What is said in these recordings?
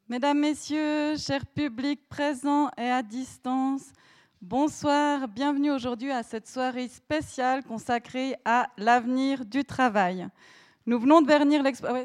Mesdames, Messieurs, chers publics présents et à distance, bonsoir, bienvenue aujourd'hui à cette soirée spéciale consacrée à l'avenir du travail. Nous venons de vernir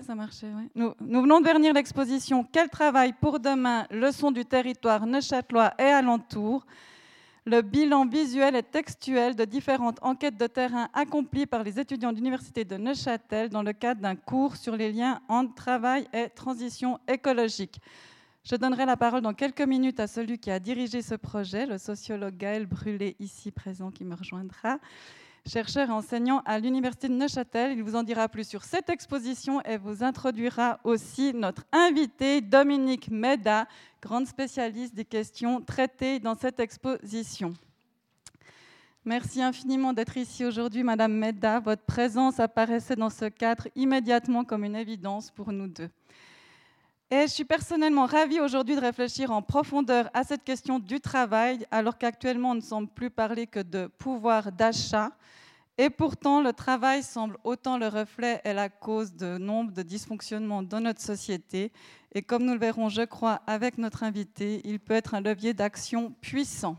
l'exposition Quel travail pour demain, leçon du territoire neuchâtelois et alentours. Le bilan visuel et textuel de différentes enquêtes de terrain accomplies par les étudiants de l'Université de Neuchâtel dans le cadre d'un cours sur les liens entre travail et transition écologique. Je donnerai la parole dans quelques minutes à celui qui a dirigé ce projet, le sociologue Gaël Brulé, ici présent, qui me rejoindra. Chercheur et enseignant à l'Université de Neuchâtel, il vous en dira plus sur cette exposition et vous introduira aussi notre invité, Dominique Méda, grande spécialiste des questions traitées dans cette exposition. Merci infiniment d'être ici aujourd'hui, Madame Méda. Votre présence apparaissait dans ce cadre immédiatement comme une évidence pour nous deux. Et je suis personnellement ravie aujourd'hui de réfléchir en profondeur à cette question du travail, alors qu'actuellement on ne semble plus parler que de pouvoir d'achat. Et pourtant, le travail semble autant le reflet et la cause de nombre de dysfonctionnements dans notre société. Et comme nous le verrons, je crois, avec notre invité, il peut être un levier d'action puissant.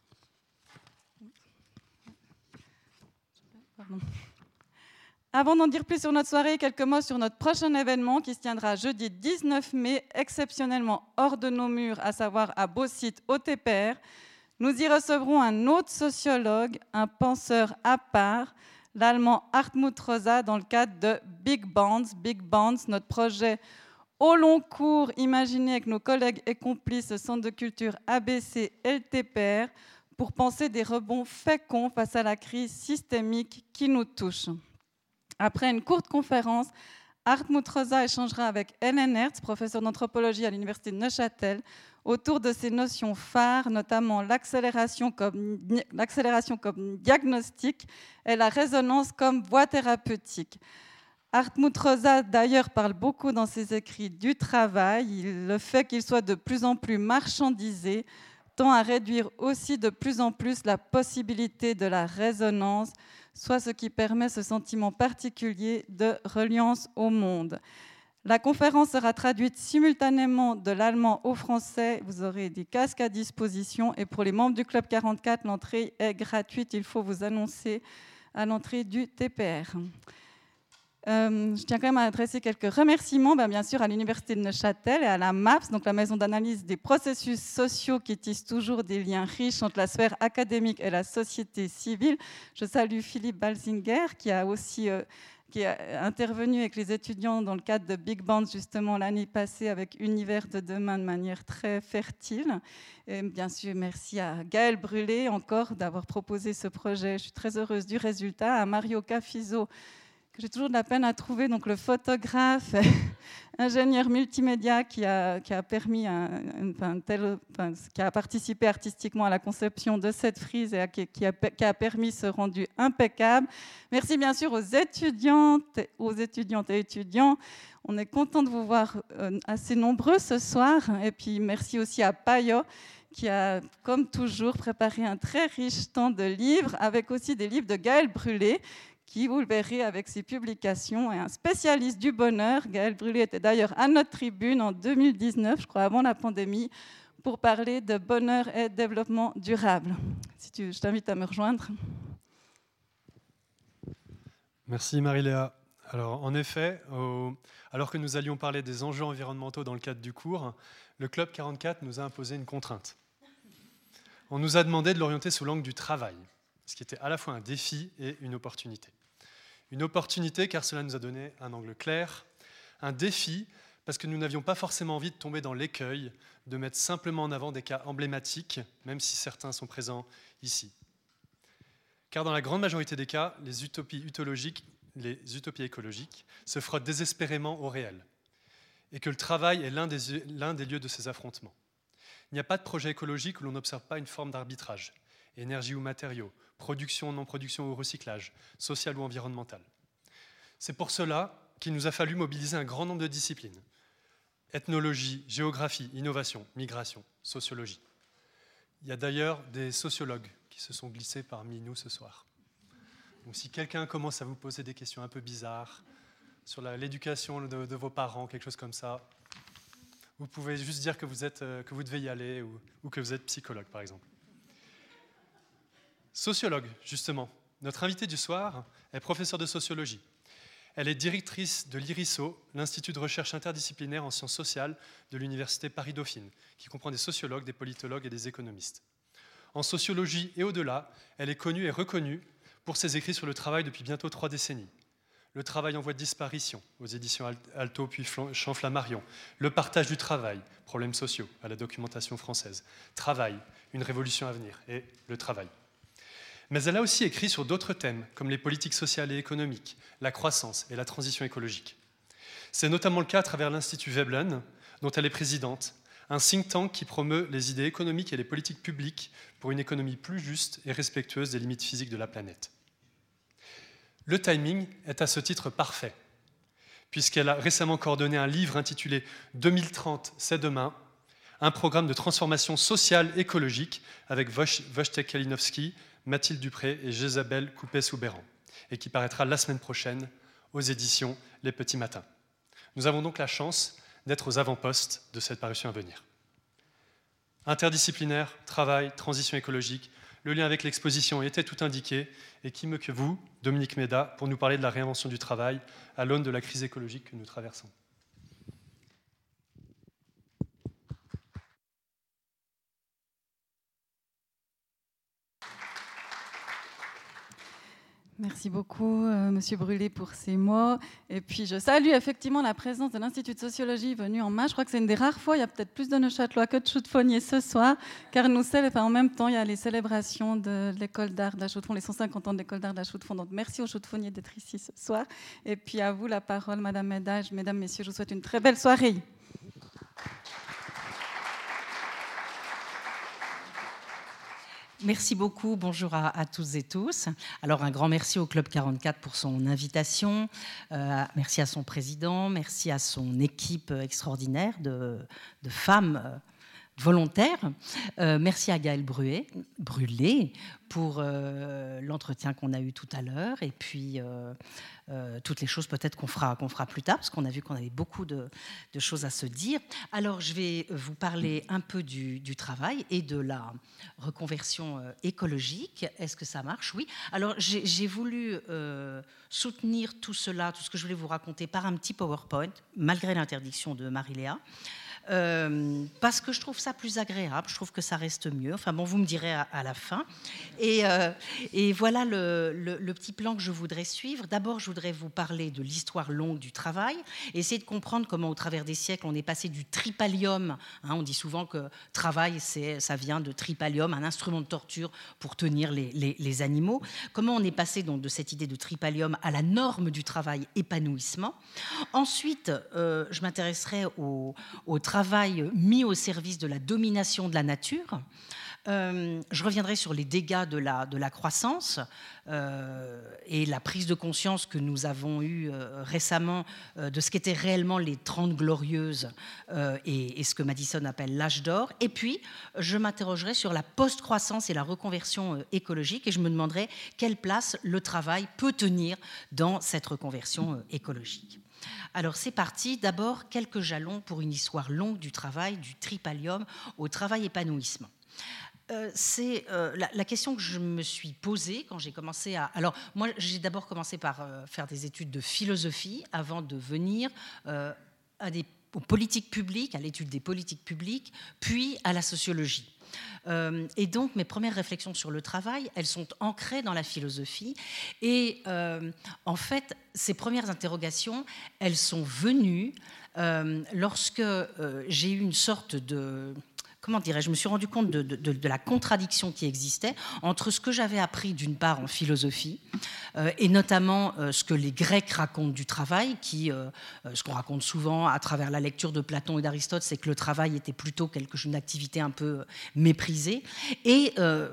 Avant d'en dire plus sur notre soirée, quelques mots sur notre prochain événement qui se tiendra jeudi 19 mai, exceptionnellement hors de nos murs, à savoir à Beausite, au TPR. Nous y recevrons un autre sociologue, un penseur à part, l'allemand Hartmut Rosa, dans le cadre de Big Bonds. Big Bonds, notre projet au long cours imaginé avec nos collègues et complices au Centre de culture ABC et le TPR pour penser des rebonds féconds face à la crise systémique qui nous touche. Après une courte conférence, Hartmut Rosa échangera avec Hélène Hertz, professeure d'anthropologie à l'Université de Neuchâtel, autour de ces notions phares, notamment l'accélération comme diagnostic et la résonance comme voie thérapeutique. Hartmut Rosa, d'ailleurs, parle beaucoup dans ses écrits du travail. Le fait qu'il soit de plus en plus marchandisé tend à réduire aussi de plus en plus la possibilité de la résonance, soit ce qui permet ce sentiment particulier de reliance au monde. La conférence sera traduite simultanément de l'allemand au français. Vous aurez des casques à disposition. Et pour les membres du Club 44, l'entrée est gratuite. Il faut vous annoncer à l'entrée du TPR. Je tiens quand même à adresser quelques remerciements, bien sûr, à l'Université de Neuchâtel et à la MAPS, donc la maison d'analyse des processus sociaux qui tisse toujours des liens riches entre la sphère académique et la société civile. Je salue Philippe Balzinger, qui a aussi intervenu avec les étudiants dans le cadre de Big Band, justement, l'année passée avec Univers de demain de manière très fertile. Et bien sûr, merci à Gaël Brulé, encore, d'avoir proposé ce projet. Je suis très heureuse du résultat. À Mario Cafizo, que j'ai toujours de la peine à trouver, donc le photographe, ingénieur multimédia qui a participé artistiquement à la conception de cette frise et qui a permis ce rendu impeccable. Merci bien sûr aux étudiantes et étudiants. On est content de vous voir assez nombreux ce soir. Et puis merci aussi à Payo, qui a, comme toujours, préparé un très riche temps de livres, avec aussi des livres de Gaël Brulé, qui, vous le verrez avec ses publications, est un spécialiste du bonheur. Gaël Brulé était d'ailleurs à notre tribune en 2019, je crois, avant la pandémie, pour parler de bonheur et développement durable. Je t'invite à me rejoindre. Merci Marie-Léa. Alors, en effet, alors que nous allions parler des enjeux environnementaux dans le cadre du cours, le Club 44 nous a imposé une contrainte. On nous a demandé de l'orienter sous l'angle du travail, ce qui était à la fois un défi et une opportunité. Une opportunité car cela nous a donné un angle clair, un défi parce que nous n'avions pas forcément envie de tomber dans l'écueil de mettre simplement en avant des cas emblématiques, même si certains sont présents ici. Car dans la grande majorité des cas, les utopies écologiques se frottent désespérément au réel, et que le travail est l'un des lieux de ces affrontements. Il n'y a pas de projet écologique où l'on n'observe pas une forme d'arbitrage, énergie ou matériaux, production, non-production ou recyclage, social ou environnemental. C'est pour cela qu'il nous a fallu mobiliser un grand nombre de disciplines. Ethnologie, géographie, innovation, migration, sociologie. Il y a d'ailleurs des sociologues qui se sont glissés parmi nous ce soir. Donc si quelqu'un commence à vous poser des questions un peu bizarres sur l'éducation de vos parents, quelque chose comme ça, Vous pouvez juste dire que vous devez y aller ou que vous êtes psychologue, par exemple. Sociologue, justement. Notre invitée du soir est professeure de sociologie. Elle est directrice de l'IRISO, l'Institut de recherche interdisciplinaire en sciences sociales de l'Université Paris-Dauphine, qui comprend des sociologues, des politologues et des économistes. En sociologie et au-delà, elle est connue et reconnue pour ses écrits sur le travail depuis bientôt 3 décennies. Le travail en voie de disparition, aux éditions Alto puis Champ-Flammarion. Le partage du travail, problèmes sociaux, à la documentation française. Travail, une révolution à venir, et le travail. Mais elle a aussi écrit sur d'autres thèmes, comme les politiques sociales et économiques, la croissance et la transition écologique. C'est notamment le cas à travers l'Institut Veblen, dont elle est présidente, un think tank qui promeut les idées économiques et les politiques publiques pour une économie plus juste et respectueuse des limites physiques de la planète. Le timing est à ce titre parfait, puisqu'elle a récemment coordonné un livre intitulé « 2030, c'est demain », un programme de transformation sociale écologique avec Wojtek Kalinowski, Mathilde Dupré et Jésabel Coupé-Soubéran, et qui paraîtra la semaine prochaine aux éditions Les Petits Matins. Nous avons donc la chance d'être aux avant-postes de cette parution à venir. Interdisciplinaire, travail, transition écologique, le lien avec l'exposition était tout indiqué, et qui mieux que vous, Dominique Méda, pour nous parler de la réinvention du travail à l'aune de la crise écologique que nous traversons. Merci beaucoup, Monsieur Brûlé, pour ces mots. Et puis, je salue effectivement la présence de l'Institut de sociologie venu en main. Je crois que c'est une des rares fois, il y a peut-être plus de Neuchâtelois que de Chaux-de-Fonnier ce soir, car nous célébrons en même temps, il y a les célébrations de l'école d'art de la Chaux-de-Fonds, les 150 ans de l'école d'art de la Chaux-de-Fonds. Donc, merci aux Chaux-de-Fonniers d'être ici ce soir. Et puis, à vous la parole, Madame Médage. Mesdames, Messieurs, je vous souhaite une très belle soirée. Merci beaucoup, bonjour à toutes et tous. Alors un grand merci au Club 44 pour son invitation, merci à son président, merci à son équipe extraordinaire de femmes volontaires, merci à Gaëlle Brûlé pour l'entretien qu'on a eu tout à l'heure et puis toutes les choses peut-être qu'on fera plus tard parce qu'on a vu qu'on avait beaucoup de choses à se dire. Alors je vais vous parler un peu du travail et de la reconversion écologique. Est-ce que ça marche? Oui. Alors j'ai voulu soutenir tout cela, tout ce que je voulais vous raconter par un petit PowerPoint, malgré l'interdiction de Marie-Léa. Parce que je trouve ça plus agréable, je trouve que ça reste mieux. Enfin bon, vous me direz à la fin. Et voilà le petit plan que je voudrais suivre. D'abord, je voudrais vous parler de l'histoire longue du travail, essayer de comprendre comment, au travers des siècles, on est passé du tripalium. On dit souvent que travail, ça vient de tripalium, un instrument de torture pour tenir les animaux. Comment on est passé donc de cette idée de tripalium à la norme du travail épanouissement. Ensuite, je m'intéresserai au travail mis au service de la domination de la nature. Je reviendrai sur les dégâts de la croissance et la prise de conscience que nous avons eue récemment de ce qu'étaient réellement les 30 glorieuses et ce que Madison appelle l'âge d'or. Et puis, je m'interrogerai sur la post-croissance et la reconversion écologique et je me demanderai quelle place le travail peut tenir dans cette reconversion écologique. Alors c'est parti, d'abord quelques jalons pour une histoire longue du travail, du tripalium au travail épanouissement. C'est la question que je me suis posée quand j'ai commencé à... Alors moi j'ai d'abord commencé par faire des études de philosophie avant de venir aux politiques publiques, à l'étude des politiques publiques, puis à la sociologie. Et donc, mes premières réflexions sur le travail, elles sont ancrées dans la philosophie. Et en fait, ces premières interrogations, elles sont venues lorsque j'ai eu une sorte de... Comment dirais-je, je me suis rendu compte de la contradiction qui existait entre ce que j'avais appris d'une part en philosophie et notamment ce que les Grecs racontent du travail, ce qu'on raconte souvent à travers la lecture de Platon et d'Aristote, c'est que le travail était plutôt une activité un peu méprisée, et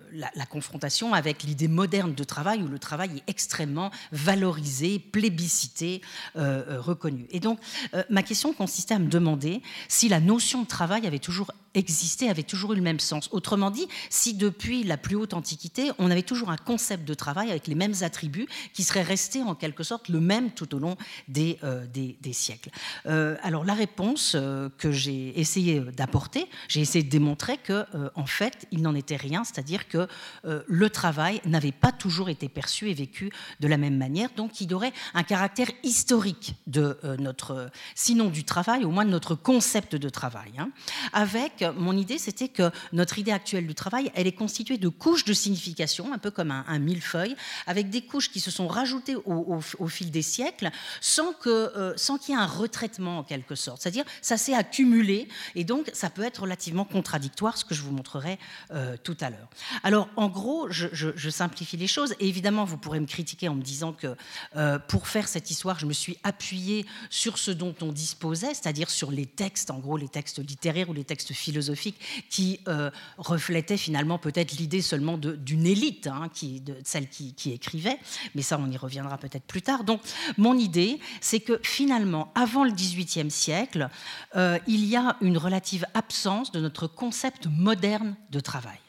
la confrontation avec l'idée moderne de travail où le travail est extrêmement valorisé, plébiscité, reconnu. Et donc, ma question consistait à me demander si la notion de travail avait toujours existé, avait toujours eu le même sens. Autrement dit, si depuis la plus haute Antiquité, on avait toujours un concept de travail avec les mêmes attributs qui seraient restés en quelque sorte le même tout au long des siècles. Alors la réponse que j'ai essayé d'apporter, j'ai essayé de démontrer que en fait, il n'en était rien, c'est-à-dire que le travail n'avait pas toujours été perçu et vécu de la même manière, donc il y aurait un caractère historique de notre, sinon du travail, au moins de notre concept de travail. Avec, mon idée, c'était que notre idée actuelle du travail, elle est constituée de couches de signification, un peu comme un millefeuille, avec des couches qui se sont rajoutées au fil des siècles, sans qu'il y ait un retraitement en quelque sorte. C'est-à-dire, ça s'est accumulé, et donc ça peut être relativement contradictoire, ce que je vous montrerai tout à l'heure. Alors, en gros, je simplifie les choses, et évidemment, vous pourrez me critiquer en me disant que pour faire cette histoire, je me suis appuyée sur ce dont on disposait, c'est-à-dire sur les textes, en gros, les textes littéraires ou les textes philosophiques qui reflétaient finalement peut-être l'idée seulement d'une élite, de celle qui écrivait, mais ça, on y reviendra peut-être plus tard. Donc, mon idée, c'est que finalement, avant le XVIIIe siècle, il y a une relative absence de notre concept moderne de travail.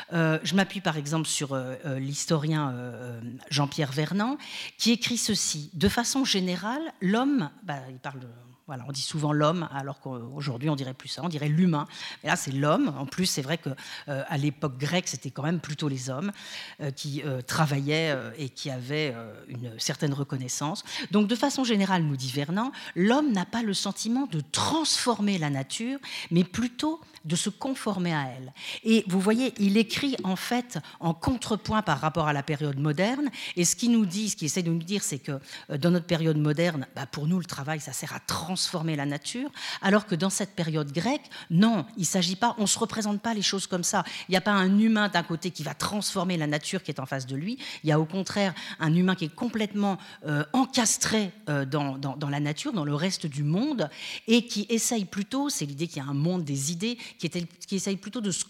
Je m'appuie par exemple sur l'historien Jean-Pierre Vernant, qui écrit ceci. De façon générale, l'homme, il parle de... Voilà, on dit souvent l'homme, alors qu'aujourd'hui on dirait plus ça, on dirait l'humain. Mais là, c'est l'homme. En plus, c'est vrai qu'à l'époque grecque, c'était quand même plutôt les hommes qui travaillaient et qui avaient une certaine reconnaissance. Donc, de façon générale, nous dit Vernant, l'homme n'a pas le sentiment de transformer la nature, mais plutôt de se conformer à elle. Et vous voyez, il écrit en fait en contrepoint par rapport à la période moderne. Et ce qu'il essaie de nous dire, c'est que dans notre période moderne, pour nous, le travail, ça sert à transformer la nature, alors que dans cette période grecque, non, il ne s'agit pas, on ne se représente pas les choses comme ça. Il n'y a pas un humain d'un côté qui va transformer la nature qui est en face de lui. Il y a au contraire un humain qui est complètement encastré dans la nature, dans le reste du monde, et qui essaye plutôt, c'est l'idée qu'il y a un monde des idées, qui essaye plutôt de se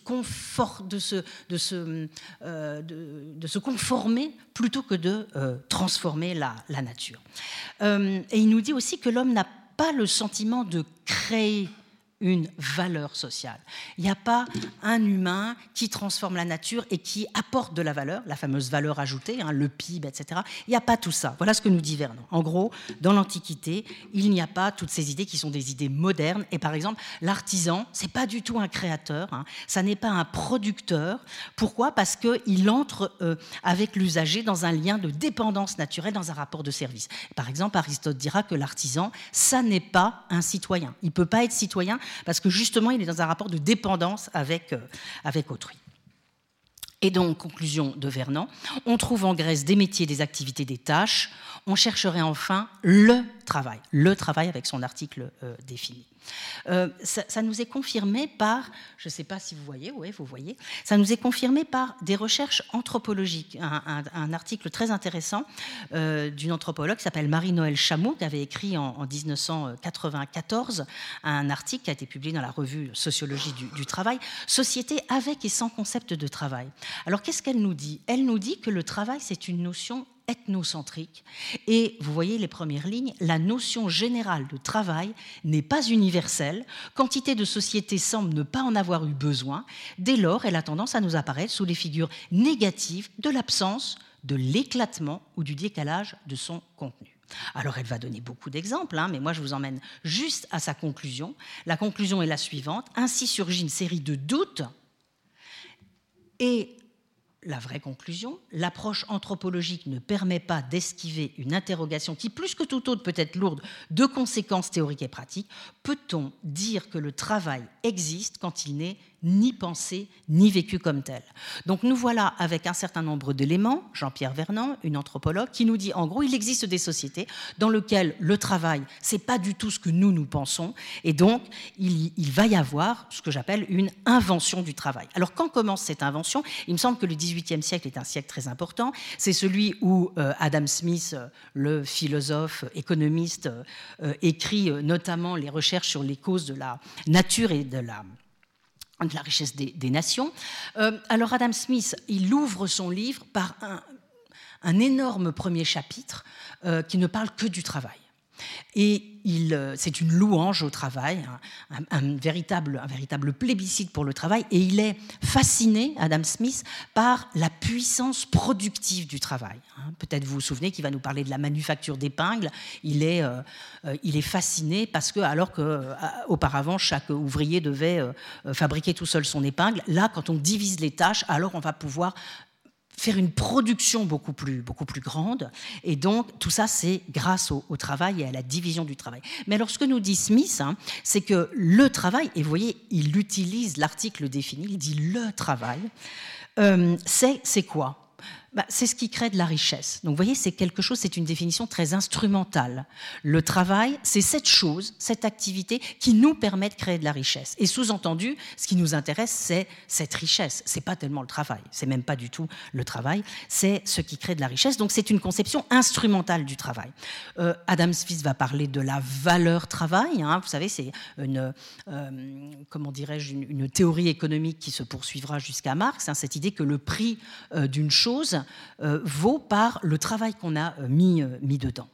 conformer plutôt que de transformer la nature. Et il nous dit aussi que l'homme n'a pas le sentiment de créer une valeur sociale. Il n'y a pas un humain qui transforme la nature et qui apporte de la valeur, la fameuse valeur ajoutée, le PIB, etc. Il n'y a pas tout ça. Voilà ce que nous dit Vernant. En gros, dans l'Antiquité, il n'y a pas toutes ces idées qui sont des idées modernes. Et par exemple, l'artisan, ce n'est pas du tout un créateur, ça n'est pas un producteur. Pourquoi ? Parce qu'il entre avec l'usager dans un lien de dépendance naturelle, dans un rapport de service. Par exemple, Aristote dira que l'artisan, ça n'est pas un citoyen. Il ne peut pas être citoyen parce que justement, il est dans un rapport de dépendance avec autrui. Et donc, conclusion de Vernant, on trouve en Grèce des métiers, des activités, des tâches. On chercherait enfin le travail avec son article défini. Ça nous est confirmé par, je ne sais pas si vous voyez, oui, vous voyez, ça nous est confirmé par des recherches anthropologiques. Un article très intéressant d'une anthropologue qui s'appelle Marie-Noëlle Chameau, qui avait écrit en 1994 un article qui a été publié dans la revue Sociologie du travail, Société avec et sans concept de travail. Alors qu'est-ce qu'elle nous dit ? Elle nous dit que le travail, c'est une notion ethnocentrique. Et vous voyez les premières lignes, la notion générale de travail n'est pas universelle, quantité de sociétés semble ne pas en avoir eu besoin, dès lors elle a tendance à nous apparaître sous les figures négatives de l'absence, de l'éclatement ou du décalage de son contenu. Alors elle va donner beaucoup d'exemples, mais moi je vous emmène juste à sa conclusion. La conclusion est la suivante, ainsi surgit une série de doutes et la vraie conclusion, l'approche anthropologique ne permet pas d'esquiver une interrogation qui, plus que tout autre, peut être lourde de conséquences théoriques et pratiques. Peut-on dire que le travail existe quand il n'est ni pensé, ni vécu comme tel ? Donc nous voilà avec un certain nombre d'éléments, Jean-Pierre Vernant, une anthropologue, qui nous dit en gros, il existe des sociétés dans lesquelles le travail, c'est pas du tout ce que nous pensons, et donc il va y avoir ce que j'appelle une invention du travail. Alors quand commence cette invention ? Il me semble que le XVIIIe siècle est un siècle très important, c'est celui où Adam Smith, le philosophe, économiste, écrit notamment les recherches sur les causes de la nature et de la de la richesse des nations. Alors Adam Smith, il ouvre son livre par un énorme premier chapitre qui ne parle que du travail. Et c'est une louange au travail, un véritable plébiscite pour le travail, et il est fasciné, Adam Smith, par la puissance productive du travail. Peut-être vous vous souvenez qu'il va nous parler de la manufacture d'épingles. Il est fasciné parce que, alors qu'auparavant, chaque ouvrier devait fabriquer tout seul son épingle, là, quand on divise les tâches, alors on va pouvoir faire une production beaucoup plus grande. Et donc, tout ça, c'est grâce au travail et à la division du travail. Mais alors, ce que nous dit Smith, c'est que le travail, et vous voyez, il utilise l'article défini, il dit le travail, c'est quoi ? C'est ce qui crée de la richesse. Donc, vous voyez, c'est une définition très instrumentale. Le travail, c'est cette chose, cette activité qui nous permet de créer de la richesse. Et sous-entendu, ce qui nous intéresse, c'est cette richesse. C'est pas tellement le travail, c'est même pas du tout le travail, c'est ce qui crée de la richesse. Donc, c'est une conception instrumentale du travail. Adam Smith va parler de la valeur travail. Vous savez, c'est une théorie économique qui se poursuivra jusqu'à Marx. Cette idée que le prix d'une chose vaut par le travail qu'on a mis dedans.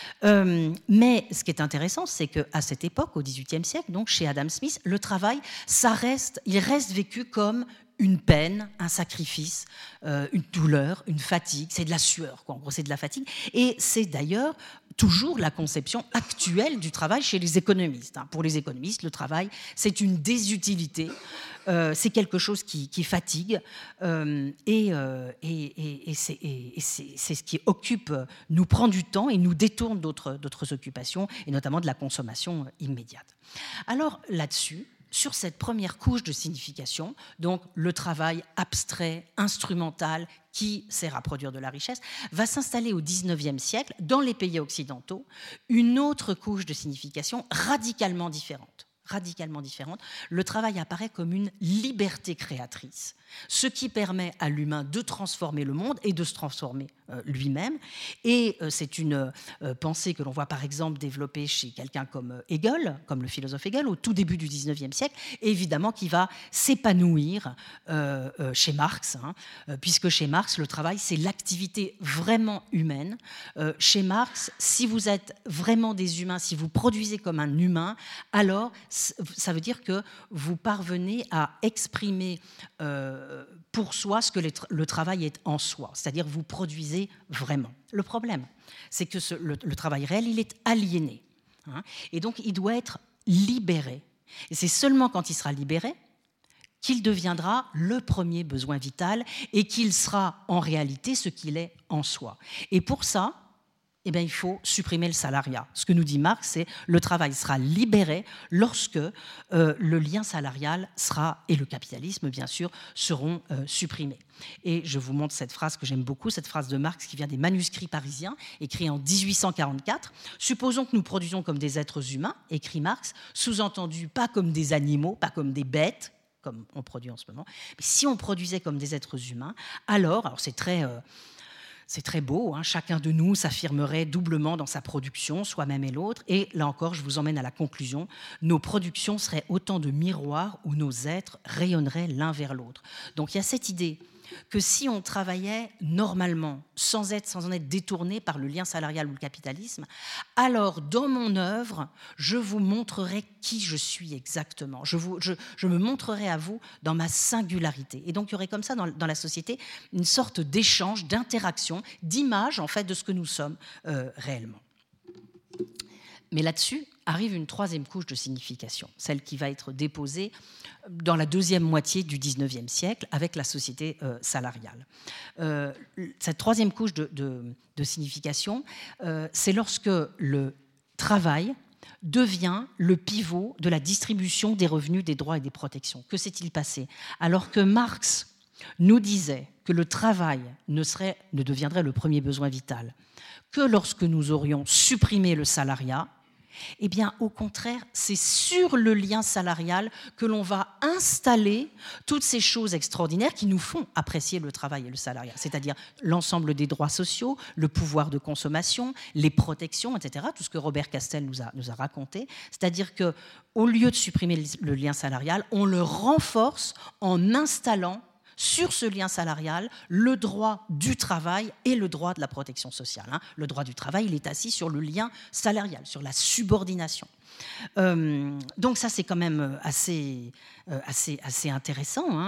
Mais ce qui est intéressant, c'est qu'à cette époque, au XVIIIe siècle, donc chez Adam Smith, le travail, il reste vécu comme une peine, un sacrifice, une douleur, une fatigue. C'est de la sueur, quoi. En gros, c'est de la fatigue. Et c'est d'ailleurs toujours la conception actuelle du travail chez les économistes. Pour les économistes, le travail, c'est une désutilité. C'est quelque chose qui fatigue et c'est ce qui nous prend du temps et nous détourne d'autres occupations, et notamment de la consommation immédiate. Alors là-dessus, sur cette première couche de signification, donc le travail abstrait, instrumental, qui sert à produire de la richesse, va s'installer au XIXe siècle, dans les pays occidentaux, une autre couche de signification radicalement différente. Le travail apparaît comme une liberté créatrice, ce qui permet à l'humain de transformer le monde et de se transformer lui-même. Et c'est une pensée que l'on voit par exemple développée chez quelqu'un comme Hegel, comme le philosophe Hegel, au tout début du XIXe siècle, et évidemment qui va s'épanouir chez Marx, puisque chez Marx, le travail, c'est l'activité vraiment humaine. Chez Marx, si vous êtes vraiment des humains, si vous produisez comme un humain, alors ça veut dire que vous parvenez à exprimer pour soi ce que le travail est en soi, c'est-à-dire vous produisez vraiment. Le problème, c'est que le travail réel, il est aliéné, et donc il doit être libéré. Et c'est seulement quand il sera libéré qu'il deviendra le premier besoin vital et qu'il sera en réalité ce qu'il est en soi. Et pour ça, il faut supprimer le salariat. Ce que nous dit Marx, c'est le travail sera libéré lorsque le lien salarial et le capitalisme, bien sûr, seront supprimés. Et je vous montre cette phrase que j'aime beaucoup, cette phrase de Marx qui vient des manuscrits parisiens, écrits en 1844. « Supposons que nous produisons comme des êtres humains », écrit Marx, sous-entendu pas comme des animaux, pas comme des bêtes, comme on produit en ce moment, mais si on produisait comme des êtres humains, alors c'est très beau, chacun de nous s'affirmerait doublement dans sa production, soi-même et l'autre, et là encore, je vous emmène à la conclusion, nos productions seraient autant de miroirs où nos êtres rayonneraient l'un vers l'autre. Donc il y a cette idée que si on travaillait normalement, sans en être détourné par le lien salarial ou le capitalisme, alors dans mon œuvre, je vous montrerai qui je suis exactement. Je me montrerai à vous dans ma singularité. Et donc il y aurait comme ça dans la société une sorte d'échange, d'interaction, d'image en fait de ce que nous sommes réellement. Mais là-dessus arrive une troisième couche de signification, celle qui va être déposée dans la deuxième moitié du XIXe siècle avec la société salariale. Cette troisième couche de signification, c'est lorsque le travail devient le pivot de la distribution des revenus, des droits et des protections. Que s'est-il passé ? Alors que Marx nous disait que le travail ne deviendrait le premier besoin vital que lorsque nous aurions supprimé le salariat Eh bien, au contraire, c'est sur le lien salarial que l'on va installer toutes ces choses extraordinaires qui nous font apprécier le travail et le salariat, c'est-à-dire l'ensemble des droits sociaux, le pouvoir de consommation, les protections, etc., tout ce que Robert Castel nous a raconté. C'est-à-dire qu'au lieu de supprimer le lien salarial, on le renforce en installant sur ce lien salarial le droit du travail et le droit de la protection sociale. Le droit du travail, il est assis sur le lien salarial, sur la subordination. Donc ça, c'est quand même assez intéressant.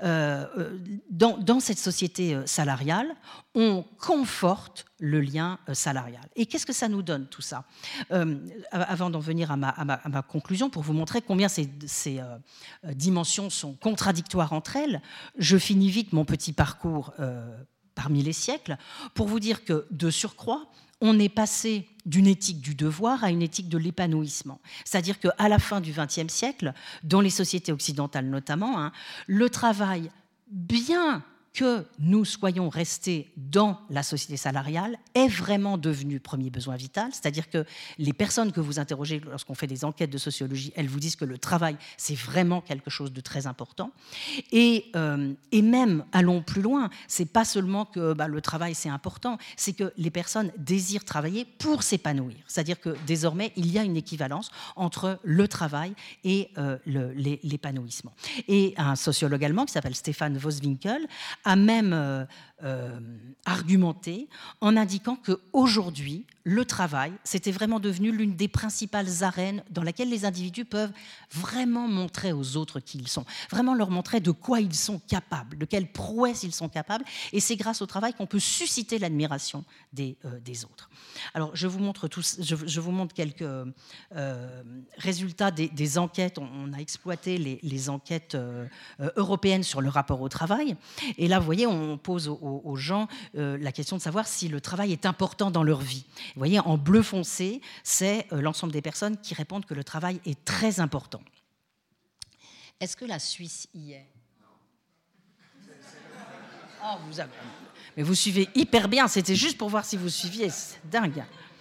Dans cette société salariale, on conforte le lien salarial. Et qu'est-ce que ça nous donne, tout ça ? Avant d'en venir à ma conclusion, pour vous montrer combien ces dimensions sont contradictoires entre elles, je finis vite mon petit parcours parmi les siècles pour vous dire que, de surcroît, on est passé d'une éthique du devoir à une éthique de l'épanouissement. C'est-à-dire qu'à la fin du XXe siècle, dans les sociétés occidentales notamment, le travail, bien que nous soyons restés dans la société salariale, est vraiment devenu premier besoin vital. C'est-à-dire que les personnes que vous interrogez lorsqu'on fait des enquêtes de sociologie, elles vous disent que le travail, c'est vraiment quelque chose de très important. Et même, allons plus loin, c'est pas seulement que le travail, c'est important, c'est que les personnes désirent travailler pour s'épanouir. C'est-à-dire que désormais, il y a une équivalence entre le travail et l'épanouissement. Et un sociologue allemand qui s'appelle Stefan Vosswinkel a même argumenté en indiquant qu'aujourd'hui, le travail, c'était vraiment devenu l'une des principales arènes dans laquelle les individus peuvent vraiment montrer aux autres qui ils sont, vraiment leur montrer de quoi ils sont capables, de quelles prouesses ils sont capables, et c'est grâce au travail qu'on peut susciter l'admiration des autres. Alors, je vous montre quelques résultats des enquêtes. On a exploité les enquêtes européennes sur le rapport au travail, et là, vous voyez, on pose aux gens la question de savoir si le travail est important dans leur vie. Vous voyez, en bleu foncé, c'est l'ensemble des personnes qui répondent que le travail est très important. Est-ce que la Suisse y est ? Oh, mais vous suivez hyper bien, c'était juste pour voir si vous suiviez, c'est dingue.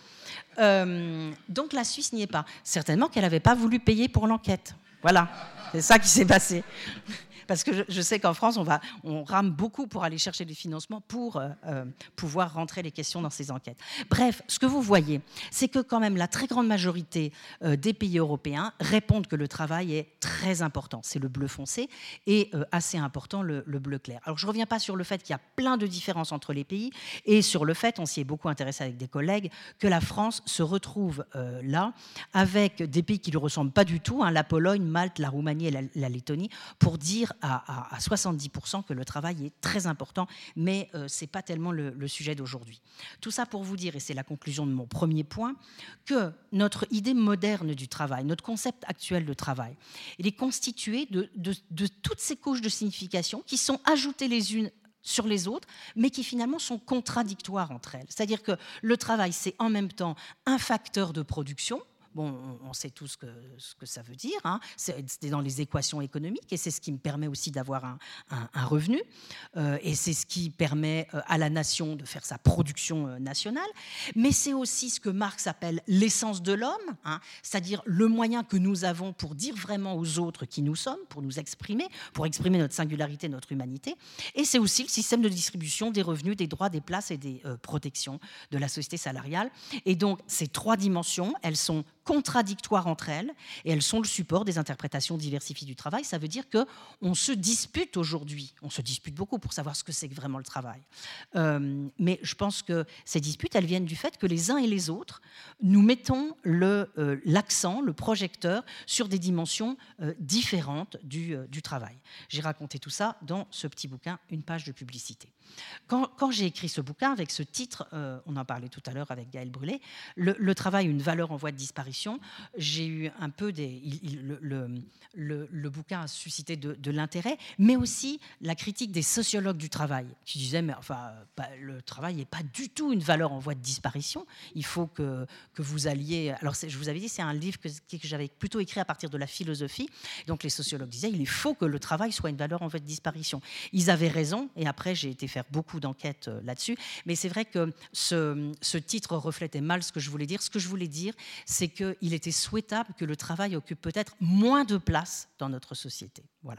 Donc la Suisse n'y est pas. Certainement qu'elle n'avait pas voulu payer pour l'enquête. Voilà, c'est ça qui s'est passé. Parce que je sais qu'en France, on rame beaucoup pour aller chercher des financements pour pouvoir rentrer les questions dans ces enquêtes. Bref, ce que vous voyez, c'est que quand même la très grande majorité des pays européens répondent que le travail est très important. C'est le bleu foncé et assez important le bleu clair. Alors je ne reviens pas sur le fait qu'il y a plein de différences entre les pays et sur le fait, on s'y est beaucoup intéressé avec des collègues, que la France se retrouve là avec des pays qui ne lui ressemblent pas du tout, la Pologne, Malte, la Roumanie et la Lettonie, pour dire à 70% que le travail est très important, mais ce n'est pas tellement le sujet d'aujourd'hui. Tout ça pour vous dire, et c'est la conclusion de mon premier point, que notre idée moderne du travail, notre concept actuel de travail, il est constitué de toutes ces couches de signification qui sont ajoutées les unes sur les autres, mais qui finalement sont contradictoires entre elles. C'est-à-dire que le travail, c'est en même temps un facteur de production. Bon, on sait tous ce que ça veut dire. C'est dans les équations économiques et c'est ce qui me permet aussi d'avoir un revenu. Et c'est ce qui permet à la nation de faire sa production nationale. Mais c'est aussi ce que Marx appelle l'essence de l'homme, c'est-à-dire le moyen que nous avons pour dire vraiment aux autres qui nous sommes, pour nous exprimer, pour exprimer notre singularité, notre humanité. Et c'est aussi le système de distribution des revenus, des droits, des places et des protections de la société salariale. Et donc, ces trois dimensions, elles sont contradictoires entre elles et elles sont le support des interprétations diversifiées du travail. Ça veut dire qu'on se dispute aujourd'hui, on se dispute beaucoup pour savoir ce que c'est vraiment le travail. Mais je pense que ces disputes, elles viennent du fait que les uns et les autres, nous mettons l'accent, le projecteur sur des dimensions différentes du travail. J'ai raconté tout ça dans ce petit bouquin, une page de publicité. Quand j'ai écrit ce bouquin avec ce titre, on en parlait tout à l'heure avec Gaël Brulé, le travail, une valeur en voie de disparition, j'ai eu un peu le bouquin a suscité de l'intérêt, mais aussi la critique des sociologues du travail qui disaient mais enfin le travail n'est pas du tout une valeur en voie de disparition. Il faut que vous alliez. Alors je vous avais dit c'est un livre que j'avais plutôt écrit à partir de la philosophie. Donc les sociologues disaient il faut que le travail soit une valeur en voie de disparition. Ils avaient raison et après j'ai été faire faire beaucoup d'enquêtes là-dessus. Mais c'est vrai que ce titre reflétait mal ce que je voulais dire. Ce que je voulais dire, c'est qu'il était souhaitable que le travail occupe peut-être moins de place dans notre société. Voilà.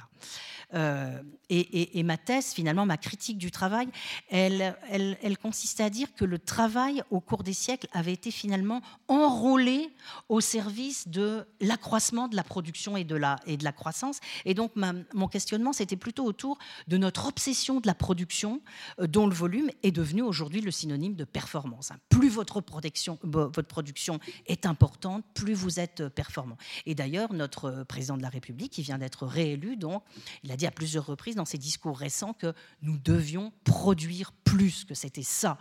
Et ma thèse, finalement, ma critique du travail, elle consistait à dire que le travail, au cours des siècles, avait été finalement enrôlé au service de l'accroissement de la production et de la croissance. Et donc, mon questionnement, c'était plutôt autour de notre obsession de la production, dont le volume est devenu aujourd'hui le synonyme de performance. Plus votre production est importante, plus vous êtes performant. Et d'ailleurs, notre président de la République, qui vient d'être réélu, donc, il a dit à plusieurs reprises dans ses discours récents que nous devions produire plus, que c'était ça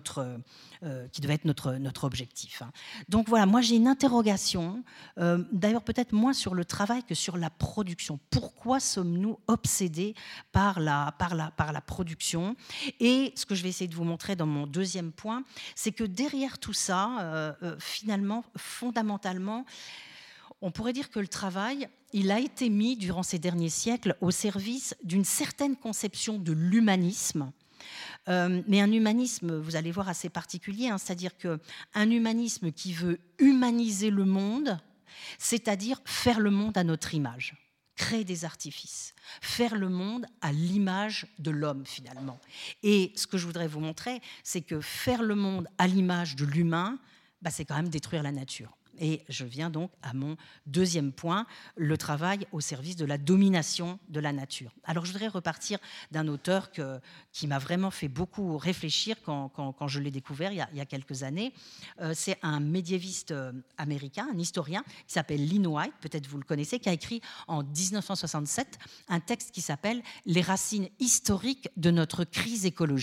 qui devait être notre objectif. Donc voilà, moi j'ai une interrogation, d'ailleurs peut-être moins sur le travail que sur la production. Pourquoi sommes-nous obsédés par la production? Et ce que je vais essayer de vous montrer dans mon deuxième point, c'est que derrière tout ça, finalement, fondamentalement, on pourrait dire que le travail, il a été mis durant ces derniers siècles au service d'une certaine conception de l'humanisme, mais un humanisme, vous allez voir, assez particulier, c'est-à-dire qu'un humanisme qui veut humaniser le monde, c'est-à-dire faire le monde à notre image, créer des artifices, faire le monde à l'image de l'homme finalement. Et ce que je voudrais vous montrer, c'est que faire le monde à l'image de l'humain, c'est quand même détruire la nature. Et je viens donc à mon deuxième point, le travail au service de la domination de la nature. Alors je voudrais repartir d'un auteur qui m'a vraiment fait beaucoup réfléchir quand je l'ai découvert il y a quelques années. C'est un médiéviste américain, un historien, qui s'appelle Lynn White, peut-être vous le connaissez, qui a écrit en 1967 un texte qui s'appelle « Les racines historiques de notre crise écologique ».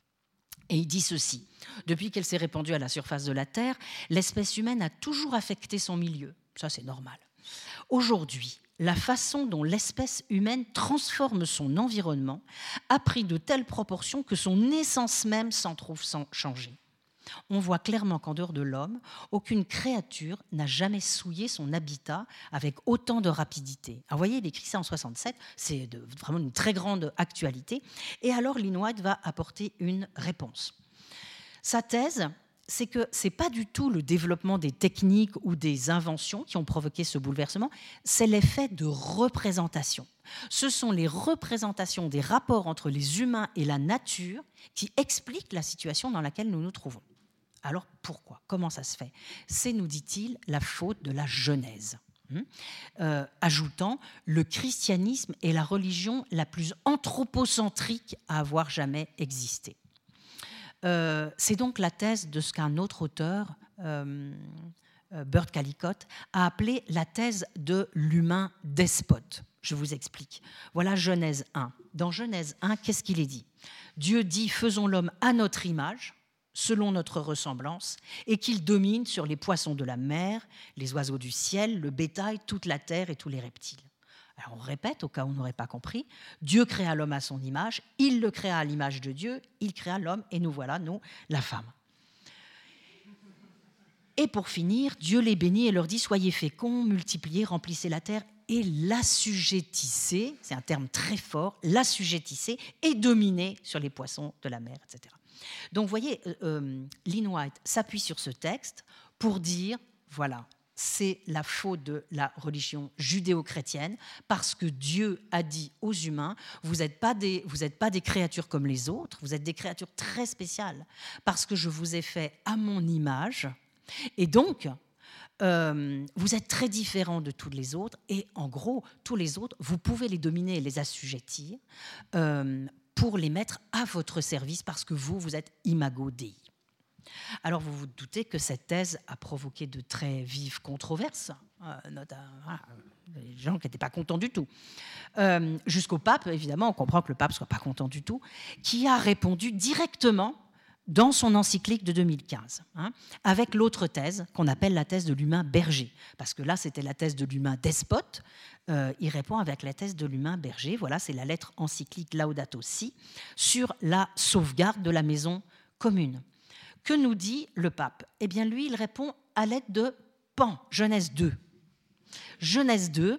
Et il dit ceci: depuis qu'elle s'est répandue à la surface de la Terre, l'espèce humaine a toujours affecté son milieu. Ça, c'est normal. Aujourd'hui, la façon dont l'espèce humaine transforme son environnement a pris de telles proportions que son essence même s'en trouve changée. On voit clairement qu'en dehors de l'homme, aucune créature n'a jamais souillé son habitat avec autant de rapidité. Alors, vous voyez, il écrit ça en 67, c'est vraiment une très grande actualité. Et alors, Lynn White va apporter une réponse. Sa thèse, c'est que ce n'est pas du tout le développement des techniques ou des inventions qui ont provoqué ce bouleversement, c'est l'effet de représentation. Ce sont les représentations des rapports entre les humains et la nature qui expliquent la situation dans laquelle nous nous trouvons. Alors pourquoi? Comment ça se fait? C'est, nous dit-il, la faute de la Genèse. Ajoutant, le christianisme est la religion la plus anthropocentrique à avoir jamais existé. C'est donc la thèse de ce qu'un autre auteur, Burt Callicott, a appelé la thèse de l'humain despote. Je vous explique. Voilà Genèse 1. Dans Genèse 1, qu'est-ce qu'il est dit? Dieu dit « Faisons l'homme à notre image », selon notre ressemblance, et qu'il domine sur les poissons de la mer, les oiseaux du ciel, le bétail, toute la terre et tous les reptiles. Alors on répète, au cas où on n'aurait pas compris, Dieu créa l'homme à son image, il le créa à l'image de Dieu, il créa l'homme, et nous voilà, nous, la femme. Et pour finir, Dieu les bénit et leur dit « Soyez féconds, multipliez, remplissez la terre et l'assujettissez », c'est un terme très fort, l'assujettissez et dominez sur les poissons de la mer, etc. Donc, vous voyez, Lynn White s'appuie sur ce texte pour dire, voilà, c'est la faute de la religion judéo-chrétienne parce que Dieu a dit aux humains, vous n'êtes pas des créatures comme les autres, vous êtes des créatures très spéciales parce que je vous ai fait à mon image et donc vous êtes très différents de tous les autres et en gros, tous les autres, vous pouvez les dominer et les assujettir pour les mettre à votre service parce que vous êtes imago Dei. Alors vous vous doutez que cette thèse a provoqué de très vives controverses, des gens qui n'étaient pas contents du tout. Jusqu'au pape, évidemment, on comprend que le pape ne soit pas content du tout, qui a répondu directement dans son encyclique de 2015, avec l'autre thèse qu'on appelle la thèse de l'humain berger, parce que là c'était la thèse de l'humain despote, il répond avec la thèse de l'humain berger, voilà, c'est la lettre encyclique Laudato Si, sur la sauvegarde de la maison commune. Que nous dit le pape? Eh bien lui, il répond à l'aide de Pan, Genèse 2. Genèse 2,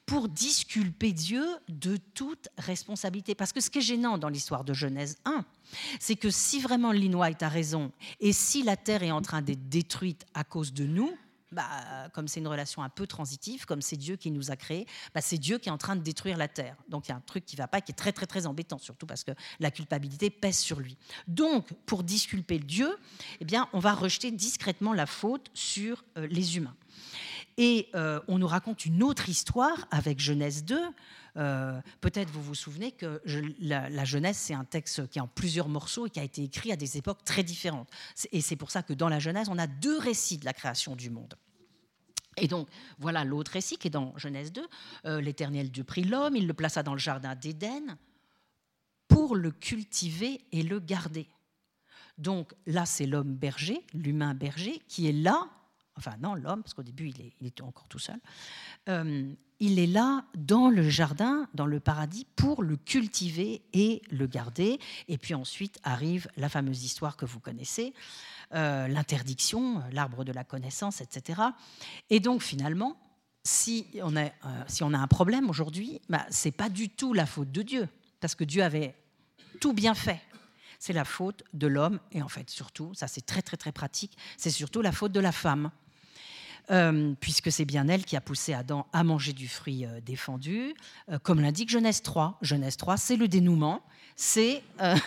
pour disculper Dieu de toute responsabilité. Parce que ce qui est gênant dans l'histoire de Genèse 1, c'est que si vraiment Lynn White a raison, et si la terre est en train d'être détruite à cause de nous, comme c'est une relation un peu transitive, comme c'est Dieu qui nous a créés, c'est Dieu qui est en train de détruire la terre. Donc il y a un truc qui ne va pas, qui est très très très embêtant, surtout parce que la culpabilité pèse sur lui. Donc pour disculper Dieu, eh bien, on va rejeter discrètement la faute sur les humains. Et on nous raconte une autre histoire avec Genèse 2. Peut-être vous vous souvenez que la Genèse, c'est un texte qui est en plusieurs morceaux et qui a été écrit à des époques très différentes. Et c'est pour ça que dans la Genèse, on a 2 récits de la création du monde. Et donc, voilà l'autre récit qui est dans Genèse 2. L'Éternel Dieu prit l'homme, il le plaça dans le jardin d'Éden pour le cultiver et le garder. Donc là, c'est l'homme berger, l'humain berger, qui est là. Enfin non, l'homme, parce qu'au début, il était encore tout seul. Il est là dans le jardin, dans le paradis, pour le cultiver et le garder. Et puis ensuite arrive la fameuse histoire que vous connaissez, l'interdiction, l'arbre de la connaissance, etc. Et donc finalement, si on a un problème aujourd'hui, ce n'est pas du tout la faute de Dieu, parce que Dieu avait tout bien fait. C'est la faute de l'homme, et en fait surtout, ça c'est très très très pratique, c'est surtout la faute de la femme. Puisque c'est bien elle qui a poussé Adam à manger du fruit défendu. Comme l'indique Genèse 3. Genèse 3, c'est le dénouement, c'est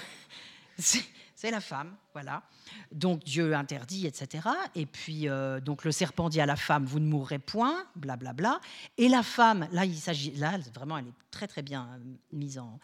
la femme, voilà. Donc Dieu interdit, etc. Et puis donc le serpent dit à la femme, vous ne mourrez point, blablabla. Bla bla. Et la femme, là vraiment, elle est très très bien mise en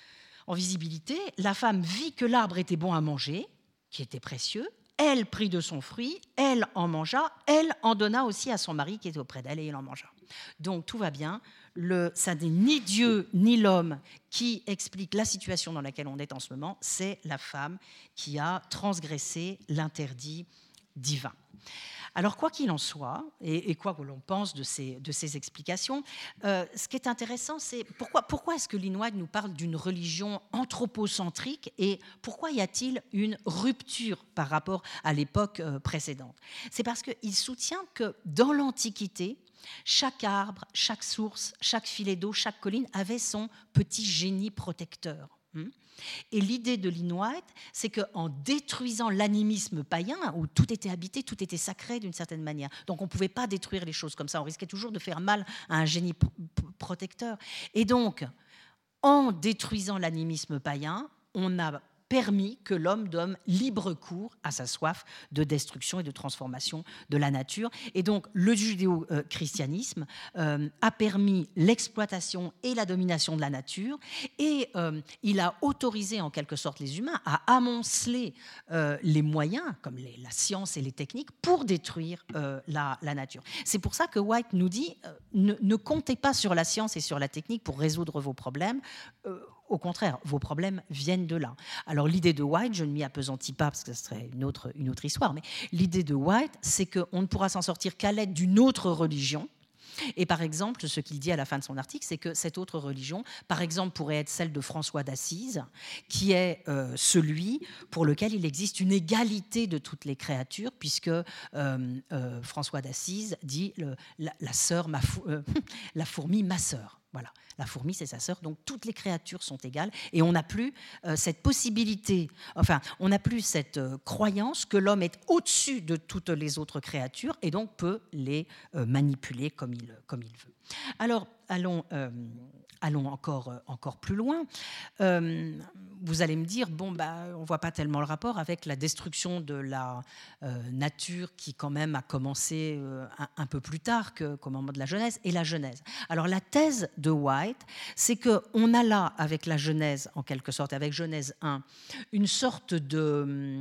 visibilité. La femme vit que l'arbre était bon à manger, qui était précieux. Elle prit de son fruit, elle en mangea, elle en donna aussi à son mari qui était auprès d'elle et il en mangea. Donc tout va bien. Ça n'est ni Dieu ni l'homme qui explique la situation dans laquelle on est en ce moment, c'est la femme qui a transgressé l'interdit divin. Alors quoi qu'il en soit, et quoi que l'on pense de ces explications, ce qui est intéressant, c'est pourquoi est-ce que Lynn White nous parle d'une religion anthropocentrique et pourquoi y a-t-il une rupture par rapport à l'époque précédente ? C'est parce qu'il soutient que dans l'Antiquité, chaque arbre, chaque source, chaque filet d'eau, chaque colline avait son petit génie protecteur. Et l'idée de Lynn White, c'est qu'en détruisant l'animisme païen, où tout était habité, tout était sacré d'une certaine manière, donc on ne pouvait pas détruire les choses comme ça, on risquait toujours de faire mal à un génie protecteur. Et donc, en détruisant l'animisme païen, on a permis que l'homme donne libre cours à sa soif de destruction et de transformation de la nature. Et donc, le judéo-christianisme a permis l'exploitation et la domination de la nature et il a autorisé en quelque sorte les humains à amonceler les moyens, comme la science et les techniques, pour détruire la nature. C'est pour ça que White nous dit ne comptez pas sur la science et sur la technique pour résoudre vos problèmes. Au contraire, vos problèmes viennent de là. Alors l'idée de White, je ne m'y appesantis pas parce que ce serait une autre histoire, mais l'idée de White, c'est qu'on ne pourra s'en sortir qu'à l'aide d'une autre religion. Et par exemple, ce qu'il dit à la fin de son article, c'est que cette autre religion, par exemple, pourrait être celle de François d'Assise, qui est celui pour lequel il existe une égalité de toutes les créatures, puisque François d'Assise dit la fourmi, ma sœur. Voilà, la fourmi, c'est sa sœur, donc toutes les créatures sont égales et on n'a plus cette possibilité, on n'a plus cette croyance que l'homme est au-dessus de toutes les autres créatures et donc peut les manipuler comme il veut. Alors, allons encore plus loin. Vous allez me dire, on ne voit pas tellement le rapport avec la destruction de la nature qui quand même a commencé un peu plus tard qu'au moment de la Genèse, et la Genèse. Alors la thèse de White, c'est qu'on a là, avec la Genèse, en quelque sorte, avec Genèse 1, une sorte de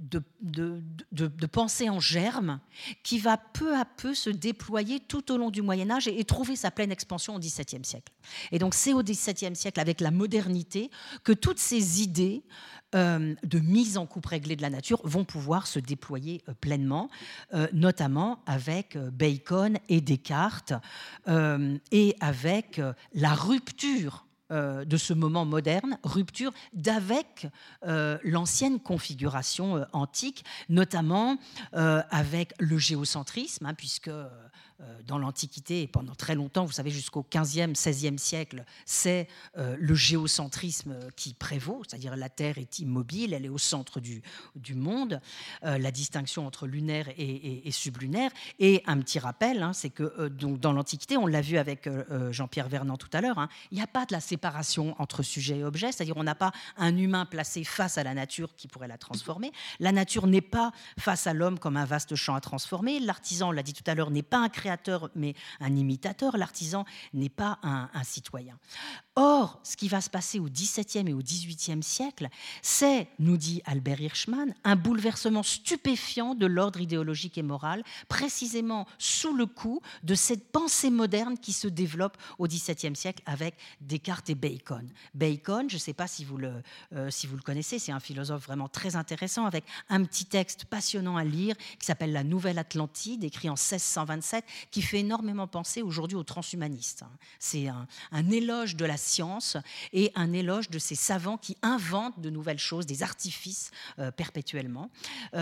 pensée en germe qui va peu à peu se déployer tout au long du Moyen-Âge et trouver sa pleine expansion au XVIIe siècle. Et donc c'est au XVIIe siècle, avec la modernité, que toutes ces idées de mise en coupe réglée de la nature vont pouvoir se déployer pleinement, notamment avec Bacon et Descartes, et avec la rupture de ce moment moderne, rupture d'avec l'ancienne configuration antique, notamment avec le géocentrisme, puisque dans l'Antiquité et pendant très longtemps, vous savez, jusqu'au 15e, 16e siècle, c'est le géocentrisme qui prévaut, c'est-à-dire la Terre est immobile, elle est au centre du monde, la distinction entre lunaire et sublunaire. Et un petit rappel, c'est que donc dans l'Antiquité, on l'a vu avec Jean-Pierre Vernant tout à l'heure, il n'y a pas de la séparation entre sujet et objet, c'est-à-dire on n'a pas un humain placé face à la nature qui pourrait la transformer. La nature n'est pas face à l'homme comme un vaste champ à transformer. L'artisan, on l'a dit tout à l'heure, n'est pas un créateur mais un imitateur. L'artisan n'est pas un citoyen. Or, ce qui va se passer au XVIIe et au XVIIIe siècle, c'est, nous dit Albert Hirschman, un bouleversement stupéfiant de l'ordre idéologique et moral, précisément sous le coup de cette pensée moderne qui se développe au XVIIe siècle avec Descartes et Bacon. Bacon, je ne sais pas si vous le connaissez, c'est un philosophe vraiment très intéressant avec un petit texte passionnant à lire qui s'appelle La Nouvelle Atlantide, écrit en 1627, qui fait énormément penser aujourd'hui aux transhumanistes. C'est un éloge de la science et un éloge de ces savants qui inventent de nouvelles choses, des artifices perpétuellement.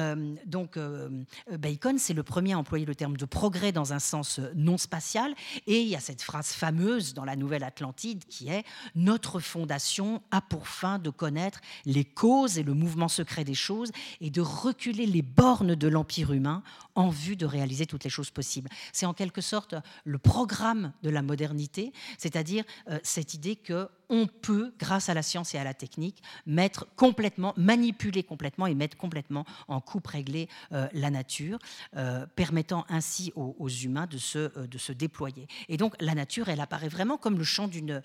Bacon, c'est le premier à employer le terme de progrès dans un sens non spatial, et il y a cette phrase fameuse dans la Nouvelle Atlantide qui est « Notre fondation a pour fin de connaître les causes et le mouvement secret des choses et de reculer les bornes de l'empire humain en vue de réaliser toutes les choses possibles ». C'est en quelque sorte le programme de la modernité, c'est-à-dire cette idée qu'on peut, grâce à la science et à la technique, manipuler complètement et mettre complètement en coupe réglée la nature, permettant ainsi aux humains de se déployer. Et donc la nature, elle apparaît vraiment comme le champ d'une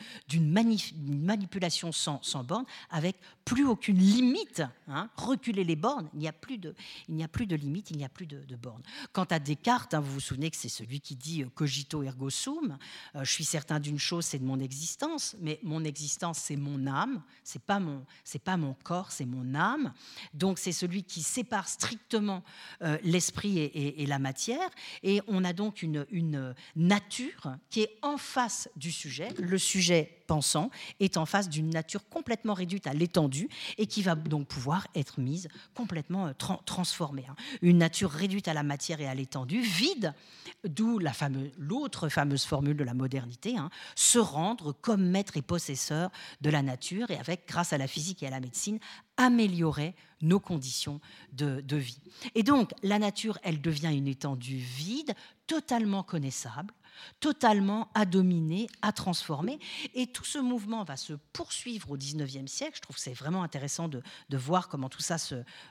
manipulation sans borne, avec plus aucune limite. Reculer les bornes, il n'y a plus de limite, il n'y a plus de bornes. Quant à Descartes, vous vous souvenez que c'est celui qui dit « cogito ergo sum », je suis certain d'une chose, c'est de mon existence, mais mon existence, c'est mon âme, c'est pas mon corps, c'est mon âme. Donc c'est celui qui sépare strictement l'esprit et la matière, et on a donc une nature qui est en face du sujet. Le sujet pensant est en face d'une nature complètement réduite à l'étendue et qui va donc pouvoir être mise complètement transformée. Une nature réduite à la matière et à l'étendue, vide, d'où l'autre fameuse formule de la modernité, se rendre comme maître et possesseur de la nature et avec, grâce à la physique et à la médecine, améliorer nos conditions de vie. Et donc, la nature, elle devient une étendue vide, totalement connaissable, totalement à dominer, à transformer. Et tout ce mouvement va se poursuivre au XIXe siècle. Je trouve que c'est vraiment intéressant de voir comment tout ça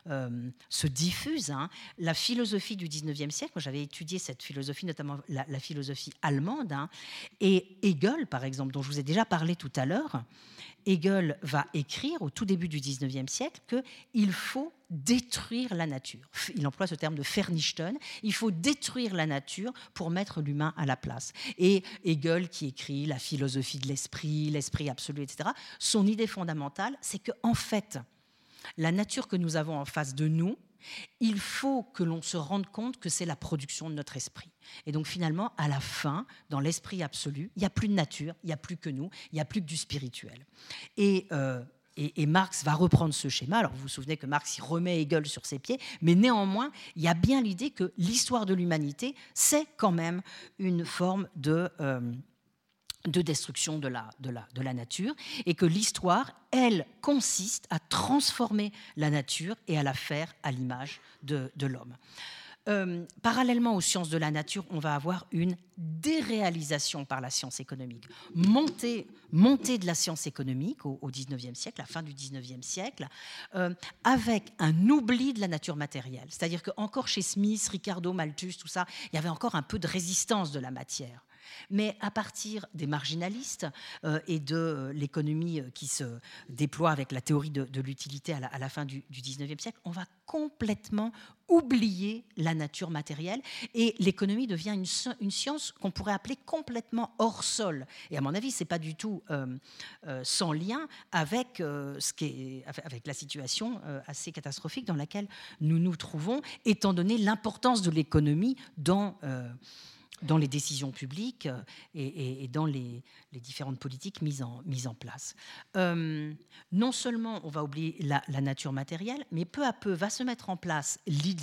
se diffuse. La philosophie du XIXe siècle, moi j'avais étudié cette philosophie, notamment la philosophie allemande, et Hegel, par exemple, dont je vous ai déjà parlé tout à l'heure. Hegel va écrire au tout début du XIXe siècle qu'il faut détruire la nature. Il emploie ce terme de vernichten. Il faut détruire la nature pour mettre l'humain à la place. Et Hegel, qui écrit la philosophie de l'esprit absolu, etc., son idée fondamentale, c'est qu'en fait, la nature que nous avons en face de nous, il faut que l'on se rende compte que c'est la production de notre esprit. Et donc finalement, à la fin, dans l'esprit absolu, il n'y a plus de nature, il n'y a plus que nous, il n'y a plus que du spirituel. Et Marx va reprendre ce schéma. Alors vous vous souvenez que Marx il remet Hegel sur ses pieds, mais néanmoins, il y a bien l'idée que l'histoire de l'humanité, c'est quand même une forme de destruction de la nature, et que l'histoire, elle, consiste à transformer la nature et à la faire à l'image de l'homme. Parallèlement aux sciences de la nature, on va avoir une déréalisation par la science économique. Montée de la science économique au XIXe siècle, à la fin du XIXe siècle, avec un oubli de la nature matérielle. C'est-à-dire qu'encore chez Smith, Ricardo, Malthus, tout ça, il y avait encore un peu de résistance de la matière. Mais à partir des marginalistes et de l'économie qui se déploie avec la théorie de l'utilité à la fin du XIXe siècle, on va complètement oublier la nature matérielle et l'économie devient une science qu'on pourrait appeler complètement hors sol. Et à mon avis, ce n'est pas du tout sans lien avec la situation assez catastrophique dans laquelle nous nous trouvons, étant donné l'importance de l'économie dans les décisions publiques et dans les différentes politiques mises en place. Non seulement on va oublier la nature matérielle, mais peu à peu va se mettre en place l'idée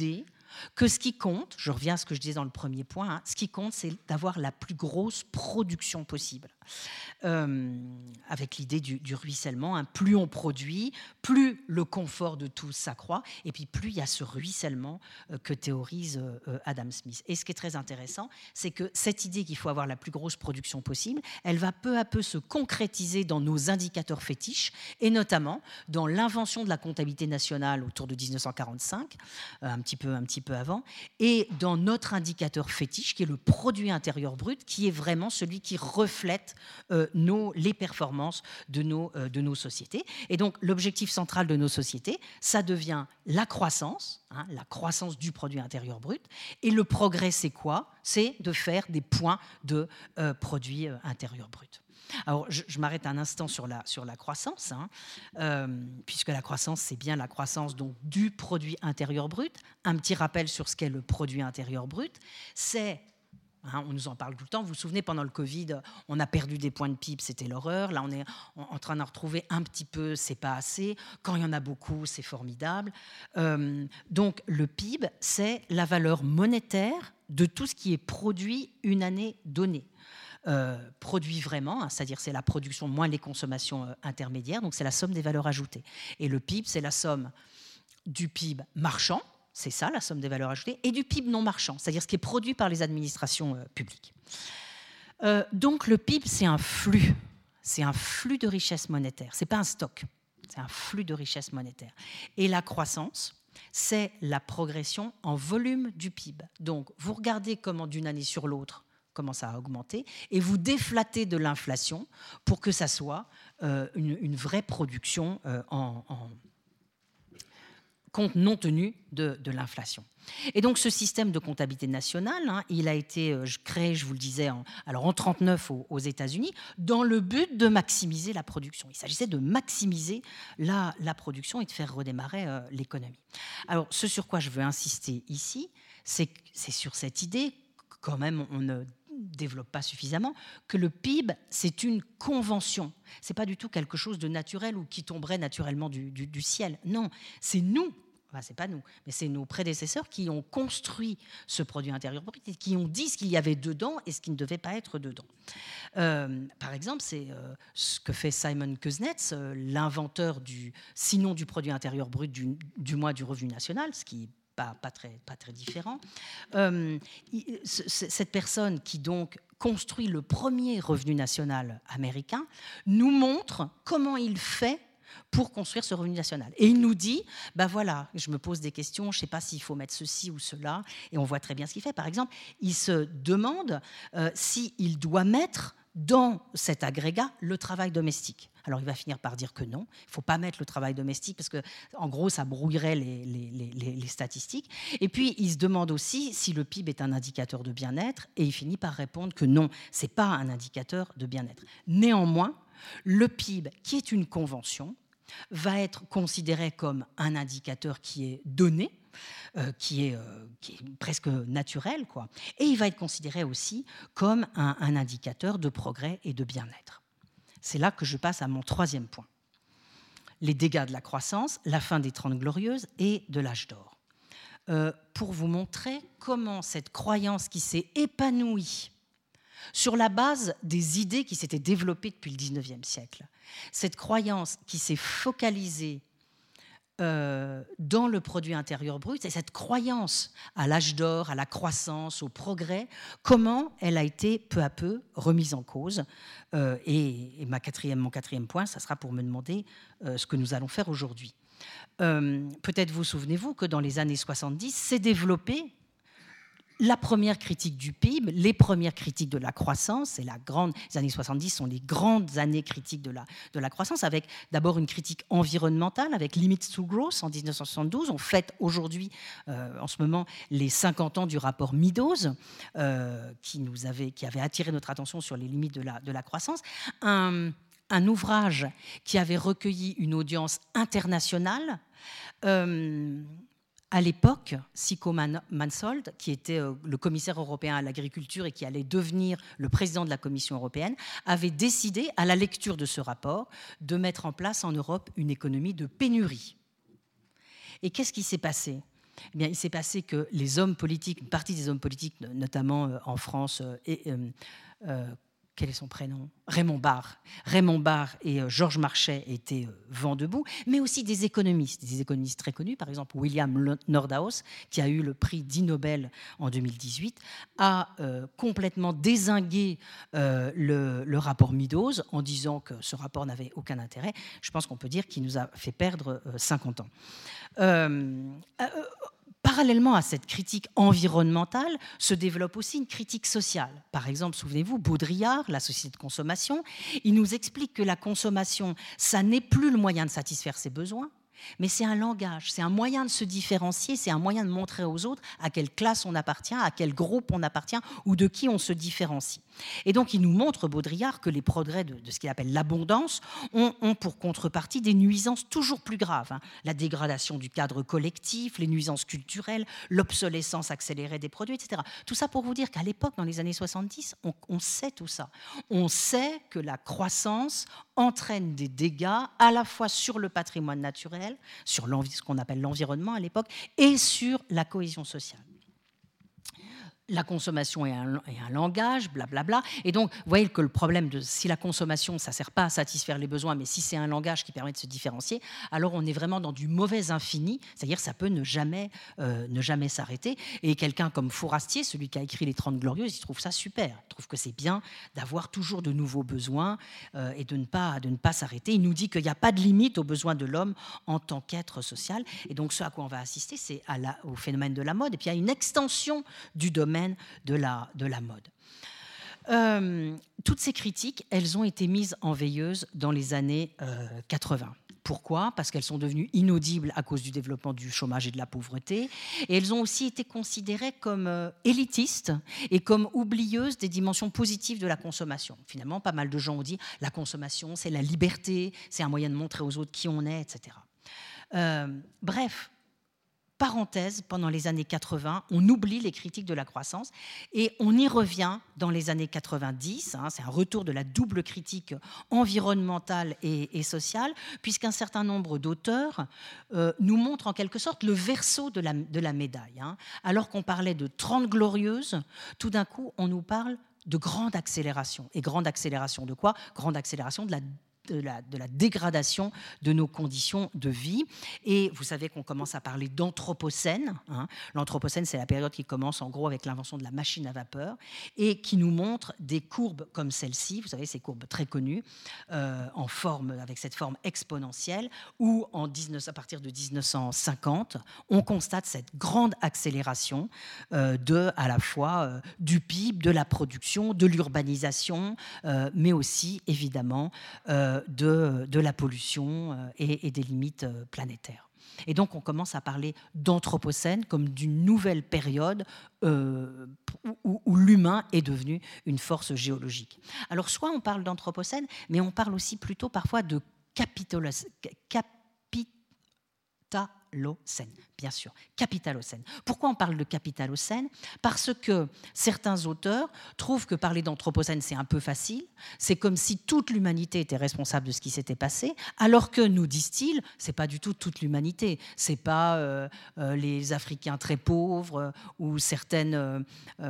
que ce qui compte, je reviens à ce que je disais dans le premier point, ce qui compte, c'est d'avoir la plus grosse production possible. Avec l'idée du ruissellement, plus on produit, plus le confort de tous s'accroît, et puis plus il y a ce ruissellement que théorise Adam Smith. Et ce qui est très intéressant, c'est que cette idée qu'il faut avoir la plus grosse production possible, elle va peu à peu se concrétiser dans nos indicateurs fétiches, et notamment dans l'invention de la comptabilité nationale autour de 1945, un petit peu avant, et dans notre indicateur fétiche, qui est le produit intérieur brut, qui est vraiment celui qui reflète les performances de nos sociétés. Et donc, l'objectif central de nos sociétés, ça devient la croissance du produit intérieur brut. Et le progrès, c'est quoi ? C'est de faire des points de produit intérieur brut. Alors, je m'arrête un instant sur la croissance, puisque la croissance, c'est bien la croissance donc, du produit intérieur brut. Un petit rappel sur ce qu'est le produit intérieur brut, c'est... on nous en parle tout le temps. Vous vous souvenez, pendant le Covid, on a perdu des points de PIB, c'était l'horreur. Là, on est en train d'en retrouver un petit peu, c'est pas assez. Quand il y en a beaucoup, c'est formidable. Donc, le PIB, c'est la valeur monétaire de tout ce qui est produit une année donnée. Produit vraiment, c'est-à-dire c'est la production moins les consommations intermédiaires, donc c'est la somme des valeurs ajoutées. Et le PIB, c'est la somme du PIB marchand, c'est ça la somme des valeurs ajoutées, et du PIB non marchand, c'est-à-dire ce qui est produit par les administrations publiques. Donc le PIB, c'est un flux de richesse monétaire, c'est pas un stock, c'est un flux de richesse monétaire. Et la croissance, c'est la progression en volume du PIB. Donc vous regardez comment d'une année sur l'autre, comment ça a augmenté, et vous déflatez de l'inflation pour que ça soit une vraie production compte non tenu de l'inflation. Et donc ce système de comptabilité nationale, il a été créé, je vous le disais, en 1939 aux États-Unis, dans le but de maximiser la production. Il s'agissait de maximiser la production et de faire redémarrer l'économie. Alors ce sur quoi je veux insister ici, c'est sur cette idée, quand même on ne développe pas suffisamment, que le PIB, c'est une convention. Ce n'est pas du tout quelque chose de naturel ou qui tomberait naturellement du ciel. Non, c'est nous, enfin, c'est pas nous, mais c'est nos prédécesseurs qui ont construit ce produit intérieur brut et qui ont dit ce qu'il y avait dedans et ce qui ne devait pas être dedans. Par exemple, c'est ce que fait Simon Kuznets, l'inventeur sinon du produit intérieur brut, du moins du revenu national, ce qui pas très différent. Cette personne qui donc construit le premier revenu national américain nous montre comment il fait pour construire ce revenu national. Et il nous dit, voilà, je me pose des questions, je ne sais pas s'il faut mettre ceci ou cela, et on voit très bien ce qu'il fait. Par exemple, il se demande s'il doit mettre dans cet agrégat le travail domestique. Alors il va finir par dire que non, il ne faut pas mettre le travail domestique parce que, en gros, ça brouillerait les statistiques. Et puis il se demande aussi si le PIB est un indicateur de bien-être, et il finit par répondre que non, ce n'est pas un indicateur de bien-être. Néanmoins, le PIB, qui est une convention, va être considéré comme un indicateur qui est donné, qui est presque naturel, quoi. Et il va être considéré aussi comme un indicateur de progrès et de bien-être. C'est là que je passe à mon troisième point. Les dégâts de la croissance, la fin des 30 Glorieuses et de l'âge d'or. Pour vous montrer comment cette croyance qui s'est épanouie sur la base des idées qui s'étaient développées depuis le 19e siècle, cette croyance qui s'est focalisée dans le produit intérieur brut, et cette croyance à l'âge d'or, à la croissance, au progrès, comment elle a été peu à peu remise en cause. Et mon quatrième point, ça sera pour me demander ce que nous allons faire aujourd'hui. Peut-être vous souvenez-vous que dans les années 70, s'est développée la première critique du PIB, les premières critiques de la croissance, les années 70 sont les grandes années critiques de la croissance, avec d'abord une critique environnementale, avec Limits to Growth en 1972. On fête aujourd'hui, en ce moment, les 50 ans du rapport Meadows, qui avait attiré notre attention sur les limites de la croissance. Un ouvrage qui avait recueilli une audience internationale. À l'époque, Siko Mansold, qui était le commissaire européen à l'agriculture et qui allait devenir le président de la Commission européenne, avait décidé, à la lecture de ce rapport, de mettre en place en Europe une économie de pénurie. Et qu'est-ce qui s'est passé ? Eh bien, il s'est passé que les hommes politiques, une partie des hommes politiques, notamment en France, quel est son prénom ? Raymond Barre. Raymond Barre et Georges Marchais étaient vent debout, mais aussi des économistes très connus, par exemple William Nordhaus, qui a eu le prix d'Ig Nobel en 2018, a complètement dézingué le rapport Meadows en disant que ce rapport n'avait aucun intérêt. Je pense qu'on peut dire qu'il nous a fait perdre 50 ans. Parallèlement à cette critique environnementale, se développe aussi une critique sociale. Par exemple, souvenez-vous, Baudrillard, La société de consommation, il nous explique que la consommation, ça n'est plus le moyen de satisfaire ses besoins, mais c'est un langage, c'est un moyen de se différencier, c'est un moyen de montrer aux autres à quelle classe on appartient, à quel groupe on appartient ou de qui on se différencie. Et donc il nous montre, Baudrillard, que les progrès de ce qu'il appelle l'abondance ont pour contrepartie des nuisances toujours plus graves. La dégradation du cadre collectif, les nuisances culturelles, l'obsolescence accélérée des produits, etc. Tout ça pour vous dire qu'à l'époque, dans les années 70, on sait tout ça. On sait que la croissance entraîne des dégâts à la fois sur le patrimoine naturel, sur ce qu'on appelle l'environnement à l'époque, et sur la cohésion sociale. La consommation est un langage, blablabla. Et donc, vous voyez que le problème de si la consommation, ça ne sert pas à satisfaire les besoins, mais si c'est un langage qui permet de se différencier, alors on est vraiment dans du mauvais infini, c'est-à-dire ça peut ne jamais s'arrêter. Et quelqu'un comme Fourastier, celui qui a écrit Les 30 Glorieuses, il trouve ça super. Il trouve que c'est bien d'avoir toujours de nouveaux besoins et de ne pas s'arrêter. Il nous dit qu'il n'y a pas de limite aux besoins de l'homme en tant qu'être social. Et donc, ce à quoi on va assister, c'est au phénomène de la mode. Et puis, il y a une extension du domaine de la mode. Toutes ces critiques, elles ont été mises en veilleuse dans les années 80. Pourquoi ? Parce qu'elles sont devenues inaudibles à cause du développement du chômage et de la pauvreté. Et elles ont aussi été considérées comme élitistes et comme oublieuses des dimensions positives de la consommation. Finalement, pas mal de gens ont dit la consommation, c'est la liberté, c'est un moyen de montrer aux autres qui on est, etc. Bref. Parenthèse, pendant les années 80, on oublie les critiques de la croissance et on y revient dans les années 90. C'est un retour de la double critique environnementale et sociale, puisqu'un certain nombre d'auteurs nous montrent en quelque sorte le verso de la médaille. Alors qu'on parlait de 30 glorieuses, tout d'un coup, on nous parle de grande accélération. Et grande accélération de quoi ? Grande accélération de la dégradation de nos conditions de vie. Et vous savez qu'on commence à parler d'anthropocène. L'anthropocène, c'est la période qui commence en gros avec l'invention de la machine à vapeur et qui nous montre des courbes comme celle-ci, vous savez, ces courbes très connues, avec cette forme exponentielle, où à partir de 1950, on constate cette grande accélération à la fois du PIB, de la production, de l'urbanisation, mais aussi, évidemment, de la pollution et des limites planétaires. Et donc, on commence à parler d'anthropocène comme d'une nouvelle période où l'humain est devenu une force géologique. Alors, soit on parle d'anthropocène, mais on parle aussi plutôt parfois de capitalocène. Bien sûr, capitalocène. Pourquoi on parle de capitalocène ? Parce que certains auteurs trouvent que parler d'anthropocène, c'est un peu facile. C'est comme si toute l'humanité était responsable de ce qui s'était passé, alors que, nous disent-ils, c'est pas du tout toute l'humanité. C'est pas les Africains très pauvres ou certaines...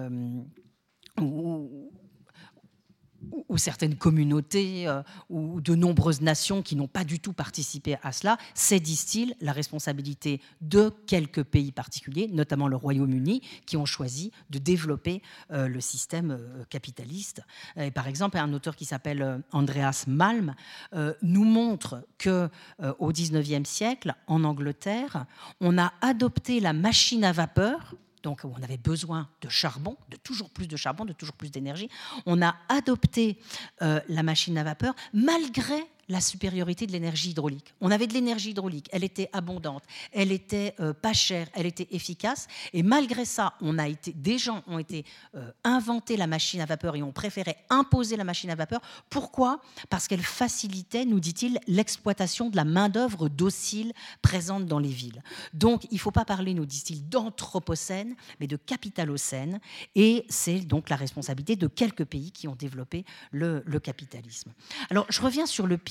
ou certaines communautés ou de nombreuses nations qui n'ont pas du tout participé à cela, c'est, disent-ils, la responsabilité de quelques pays particuliers, notamment le Royaume-Uni, qui ont choisi de développer le système capitaliste. Et par exemple, un auteur qui s'appelle Andreas Malm nous montre qu'au XIXe siècle, en Angleterre, on a adopté la machine à vapeur. Donc, on avait besoin de charbon, de toujours plus d'énergie. On a adopté la machine à vapeur malgré la supériorité de l'énergie hydraulique. On avait de l'énergie hydraulique, elle était abondante, elle était pas chère, elle était efficace. Et malgré ça, des gens ont inventé la machine à vapeur et ont préféré imposer la machine à vapeur. Pourquoi ? Parce qu'elle facilitait, nous dit-il, l'exploitation de la main-d'œuvre docile présente dans les villes. Donc, il ne faut pas parler, nous dit-il, d'anthropocène, mais de capitalocène. Et c'est donc la responsabilité de quelques pays qui ont développé le capitalisme. Alors, je reviens sur le PIB.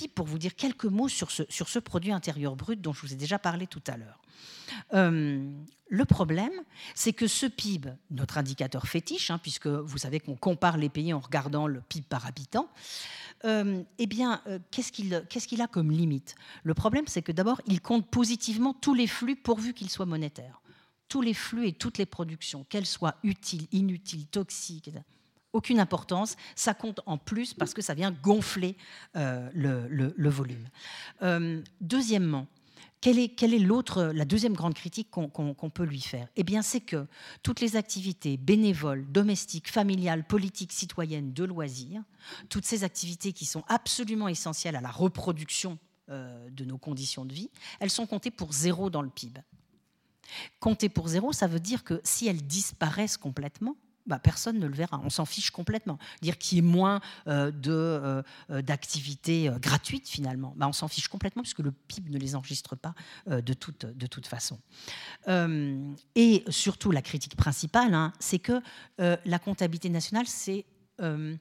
PIB pour vous dire quelques mots sur ce produit intérieur brut dont je vous ai déjà parlé tout à l'heure. Le problème, c'est que ce PIB, notre indicateur fétiche, puisque vous savez qu'on compare les pays en regardant le PIB par habitant, qu'est-ce qu'il a comme limite? Le problème, c'est que d'abord, il compte positivement tous les flux pourvu qu'ils soient monétaires. Tous les flux et toutes les productions, qu'elles soient utiles, inutiles, toxiques, aucune importance, ça compte en plus parce que ça vient gonfler le volume. Deuxièmement, quelle est la deuxième grande critique qu'on peut lui faire? Eh bien, c'est que toutes les activités bénévoles, domestiques, familiales, politiques, citoyennes, de loisirs, toutes ces activités qui sont absolument essentielles à la reproduction de nos conditions de vie, elles sont comptées pour 0 dans le PIB. Compter pour 0, ça veut dire que si elles disparaissent complètement, personne ne le verra, on s'en fiche complètement. Dire qu'il y ait moins d'activités gratuites, finalement, on s'en fiche complètement puisque le PIB ne les enregistre pas de toute façon. Et surtout, la critique principale, c'est que la comptabilité nationale, c'est un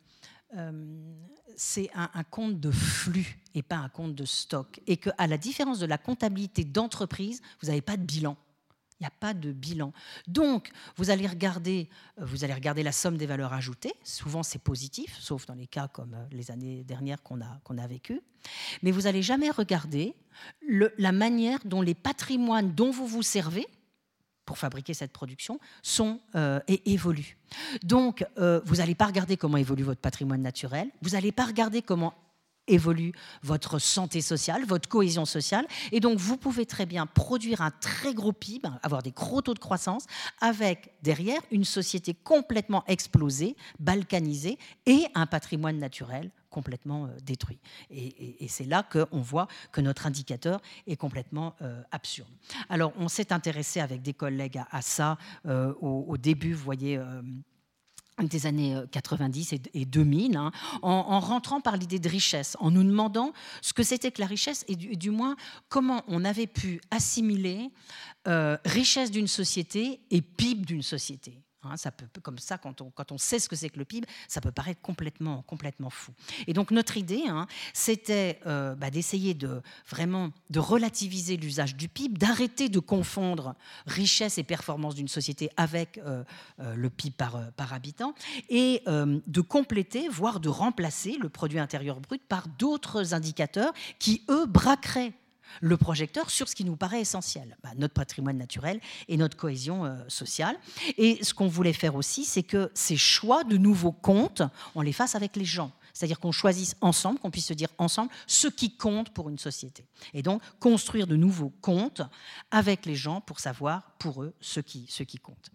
compte de flux et pas un compte de stock. Et qu'à la différence de la comptabilité d'entreprise, vous n'avez pas de bilan. Il n'y a pas de bilan. Donc, vous allez regarder la somme des valeurs ajoutées. Souvent, c'est positif, sauf dans les cas comme les années dernières qu'on a vécues. Mais vous n'allez jamais regarder la manière dont les patrimoines dont vous vous servez pour fabriquer cette production évoluent. Donc, vous n'allez pas regarder comment évolue votre patrimoine naturel. Vous n'allez pas regarder comment évolue votre santé sociale, votre cohésion sociale. Et donc, vous pouvez très bien produire un très gros PIB, avoir des gros taux de croissance, avec derrière une société complètement explosée, balkanisée, et un patrimoine naturel complètement détruit. Et c'est là qu'on voit que notre indicateur est complètement absurde. Alors, on s'est intéressé avec des collègues à ça au début, vous voyez... des années 90 et 2000, en rentrant par l'idée de richesse, en nous demandant ce que c'était que la richesse et du moins comment on avait pu assimiler richesse d'une société et PIB d'une société. Ça peut, comme ça, quand on sait ce que c'est que le PIB, ça peut paraître complètement fou. Et donc notre idée, c'était d'essayer de relativiser l'usage du PIB, d'arrêter de confondre richesse et performance d'une société avec le PIB par habitant, et de compléter, voire de remplacer le produit intérieur brut par d'autres indicateurs qui, eux, braqueraient le projecteur sur ce qui nous paraît essentiel, notre patrimoine naturel et notre cohésion sociale. Et ce qu'on voulait faire aussi, c'est que ces choix de nouveaux comptes, on les fasse avec les gens. C'est-à-dire qu'on choisisse ensemble, qu'on puisse se dire ensemble ce qui compte pour une société. Et donc, construire de nouveaux comptes avec les gens pour savoir, pour eux, ce qui compte.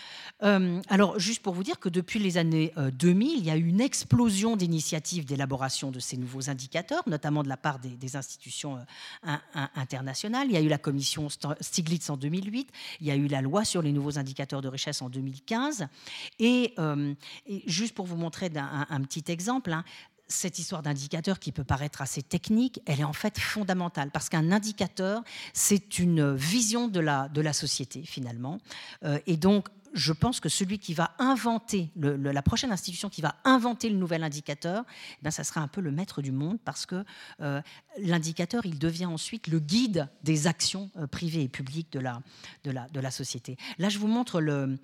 Alors, juste pour vous dire que depuis les années 2000, il y a eu une explosion d'initiatives d'élaboration de ces nouveaux indicateurs, notamment de la part des institutions internationales. Il y a eu la commission Stiglitz en 2008, il y a eu la loi sur les nouveaux indicateurs de richesse en 2015. Et juste pour vous montrer un petit exemple, cette histoire d'indicateur qui peut paraître assez technique, elle est en fait fondamentale parce qu'un indicateur, c'est une vision de la société finalement. Et donc, je pense que celui qui va inventer, la prochaine institution qui va inventer le nouvel indicateur, ça sera un peu le maître du monde parce que l'indicateur, il devient ensuite le guide des actions privées et publiques de la société. Là, je vous montre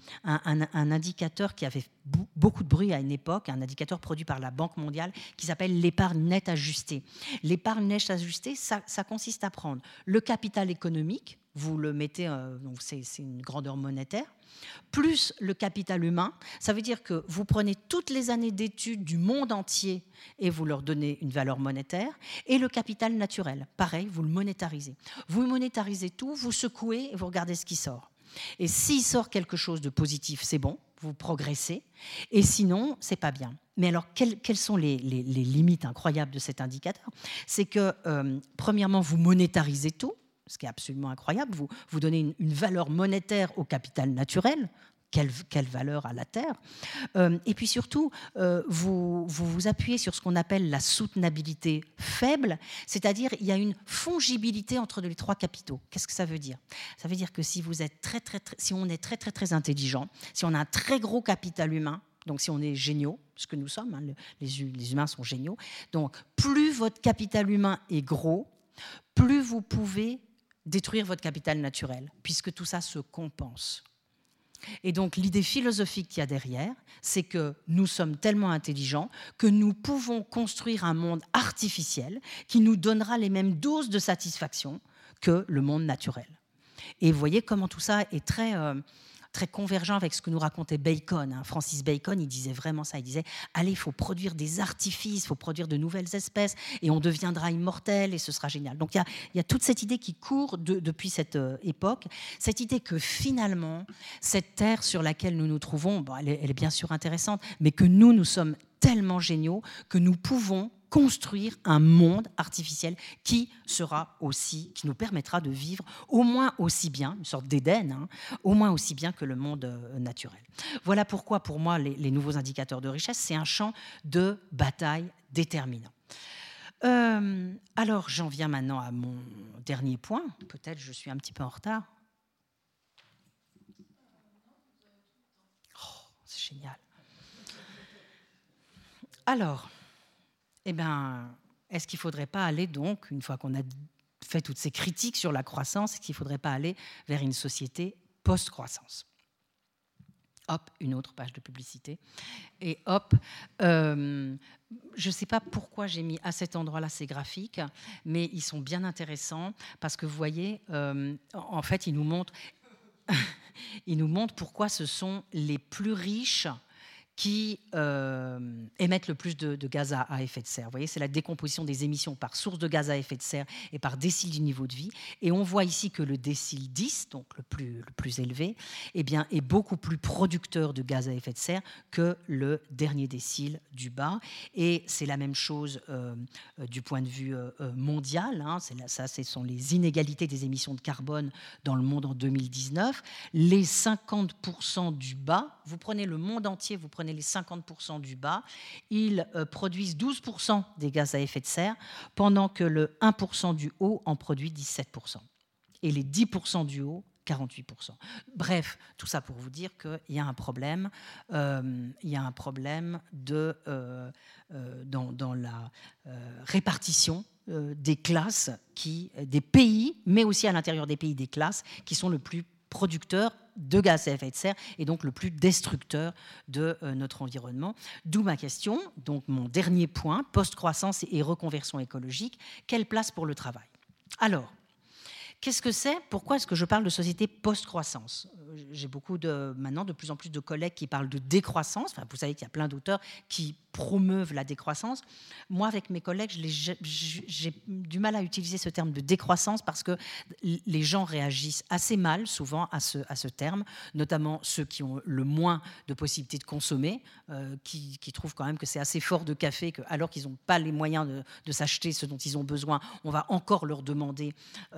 un indicateur qui avait beaucoup de bruit à une époque, un indicateur produit par la Banque mondiale qui s'appelle l'épargne nette ajustée. L'épargne nette ajustée, ça consiste à prendre le capital économique, vous le mettez, donc c'est une grandeur monétaire, plus le capital humain. Ça veut dire que vous prenez toutes les années d'études du monde entier et vous leur donnez une valeur monétaire. Et le capital naturel, pareil, vous le monétarisez. Vous monétarisez tout, vous secouez et vous regardez ce qui sort. Et s'il sort quelque chose de positif, c'est bon, vous progressez. Et sinon, c'est pas bien. Mais alors, quelles sont les limites incroyables de cet indicateur? C'est que, premièrement, vous monétarisez tout, ce qui est absolument incroyable. Vous donnez une valeur monétaire au capital naturel. Quelle valeur à la Terre. Et puis surtout, vous appuyez sur ce qu'on appelle la soutenabilité faible, c'est-à-dire il y a une fongibilité entre les trois capitaux. Qu'est-ce que ça veut dire? Ça veut dire que si vous êtes si on est très intelligent, si on a un très gros capital humain, Donc si on est géniaux, ce que nous sommes, hein, les humains sont géniaux, donc plus votre capital humain est gros, plus vous pouvez détruire votre capital naturel, puisque tout ça se compense. Et donc l'idée philosophique qu'il y a derrière, c'est que nous sommes tellement intelligents que nous pouvons construire un monde artificiel qui nous donnera les mêmes doses de satisfaction que le monde naturel. Et vous voyez comment tout ça est très convergent avec ce que nous racontait Bacon. Hein. Francis Bacon, il disait vraiment ça. Il disait, allez, il faut produire des artifices, il faut produire de nouvelles espèces, et on deviendra immortel, et ce sera génial. Donc il y a toute cette idée qui court depuis cette époque, cette idée que finalement, cette terre sur laquelle nous nous trouvons, bon, elle est bien sûr intéressante, mais que nous sommes tellement géniaux que nous pouvons construire un monde artificiel qui nous permettra de vivre au moins aussi bien, une sorte d'Éden, hein, au moins aussi bien que le monde naturel. Voilà pourquoi, pour moi, les nouveaux indicateurs de richesse, c'est un champ de bataille déterminant. Alors, j'en viens maintenant à mon dernier point. Peut-être je suis un petit peu en retard. Oh, c'est génial. Alors, est-ce qu'il ne faudrait pas aller donc, une fois qu'on a fait toutes ces critiques sur la croissance, est-ce qu'il ne faudrait pas aller vers une société post-croissance ? Hop, une autre page de publicité. Et hop, je ne sais pas pourquoi j'ai mis à cet endroit-là ces graphiques, mais ils sont bien intéressants parce que vous voyez, en fait, ils nous montrent pourquoi ce sont les plus riches qui émettent le plus de gaz à effet de serre. Vous voyez, c'est la décomposition des émissions par source de gaz à effet de serre et par décile du niveau de vie. Et on voit ici que le décile 10, donc le plus élevé, est beaucoup plus producteur de gaz à effet de serre que le dernier décile du bas. Et c'est la même chose du point de vue mondial. Hein. Ce sont les inégalités des émissions de carbone dans le monde en 2019. Les 50% du bas, vous prenez le monde entier, vous prenez les 50% du bas, ils produisent 12% des gaz à effet de serre, pendant que le 1% du haut en produit 17%. Et les 10% du haut, 48%. Bref, tout ça pour vous dire qu'il y a un problème. Il y a un problème dans la répartition des classes, des pays, mais aussi à l'intérieur des pays, des classes qui sont le plus producteurs de gaz à effet de serre et donc le plus destructeur de notre environnement. D'où ma question, donc mon dernier point, post-croissance et reconversion écologique, quelle place pour le travail ? Alors, qu'est-ce que c'est ? Pourquoi est-ce que je parle de société post-croissance ? J'ai maintenant de plus en plus de collègues qui parlent de décroissance. Enfin, vous savez qu'il y a plein d'auteurs qui promeuvent la décroissance. Moi, avec mes collègues, j'ai du mal à utiliser ce terme de décroissance parce que les gens réagissent assez mal, souvent, à ce terme, notamment ceux qui ont le moins de possibilités de consommer, qui trouvent quand même que c'est assez fort de café, alors qu'ils n'ont pas les moyens de s'acheter ce dont ils ont besoin, on va encore leur demander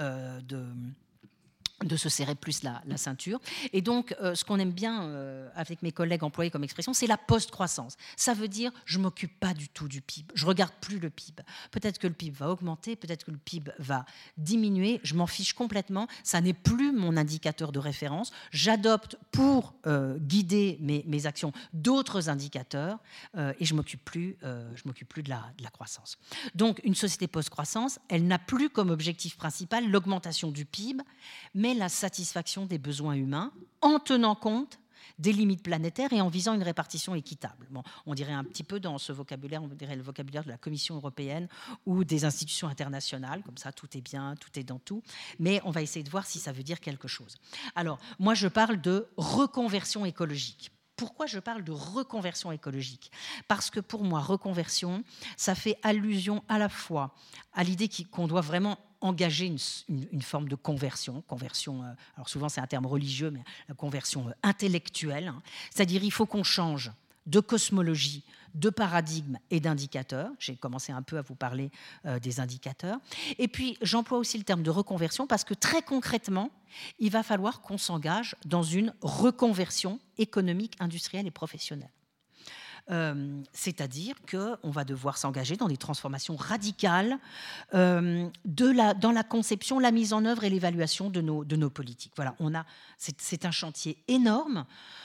de se serrer plus la ceinture. Et donc, ce qu'on aime bien avec mes collègues employés comme expression, c'est la post-croissance. Ça veut dire, je ne m'occupe pas du tout du PIB. Je ne regarde plus le PIB. Peut-être que le PIB va augmenter, peut-être que le PIB va diminuer. Je m'en fiche complètement. Ça n'est plus mon indicateur de référence. J'adopte pour guider mes actions d'autres indicateurs et je ne m'occupe plus de la croissance. Donc, une société post-croissance, elle n'a plus comme objectif principal l'augmentation du PIB, mais la satisfaction des besoins humains en tenant compte des limites planétaires et en visant une répartition équitable. Bon, on dirait un petit peu dans ce vocabulaire, on dirait le vocabulaire de la Commission européenne ou des institutions internationales, comme ça tout est bien, tout est dans tout, mais on va essayer de voir si ça veut dire quelque chose. Alors, moi je parle de reconversion écologique. Pourquoi je parle de reconversion écologique ? Parce que pour moi, reconversion, ça fait allusion à la fois à l'idée qu'on doit vraiment engager une forme de conversion, alors souvent c'est un terme religieux, mais la conversion intellectuelle, hein. C'est-à-dire il faut qu'on change de cosmologie, de paradigme et d'indicateurs. J'ai commencé un peu à vous parler des indicateurs. Et puis j'emploie aussi le terme de reconversion parce que très concrètement, il va falloir qu'on s'engage dans une reconversion économique, industrielle et professionnelle. C'est-à-dire qu'on va devoir s'engager dans des transformations radicales dans la conception, la mise en œuvre et l'évaluation de nos politiques. Voilà, c'est un chantier énorme.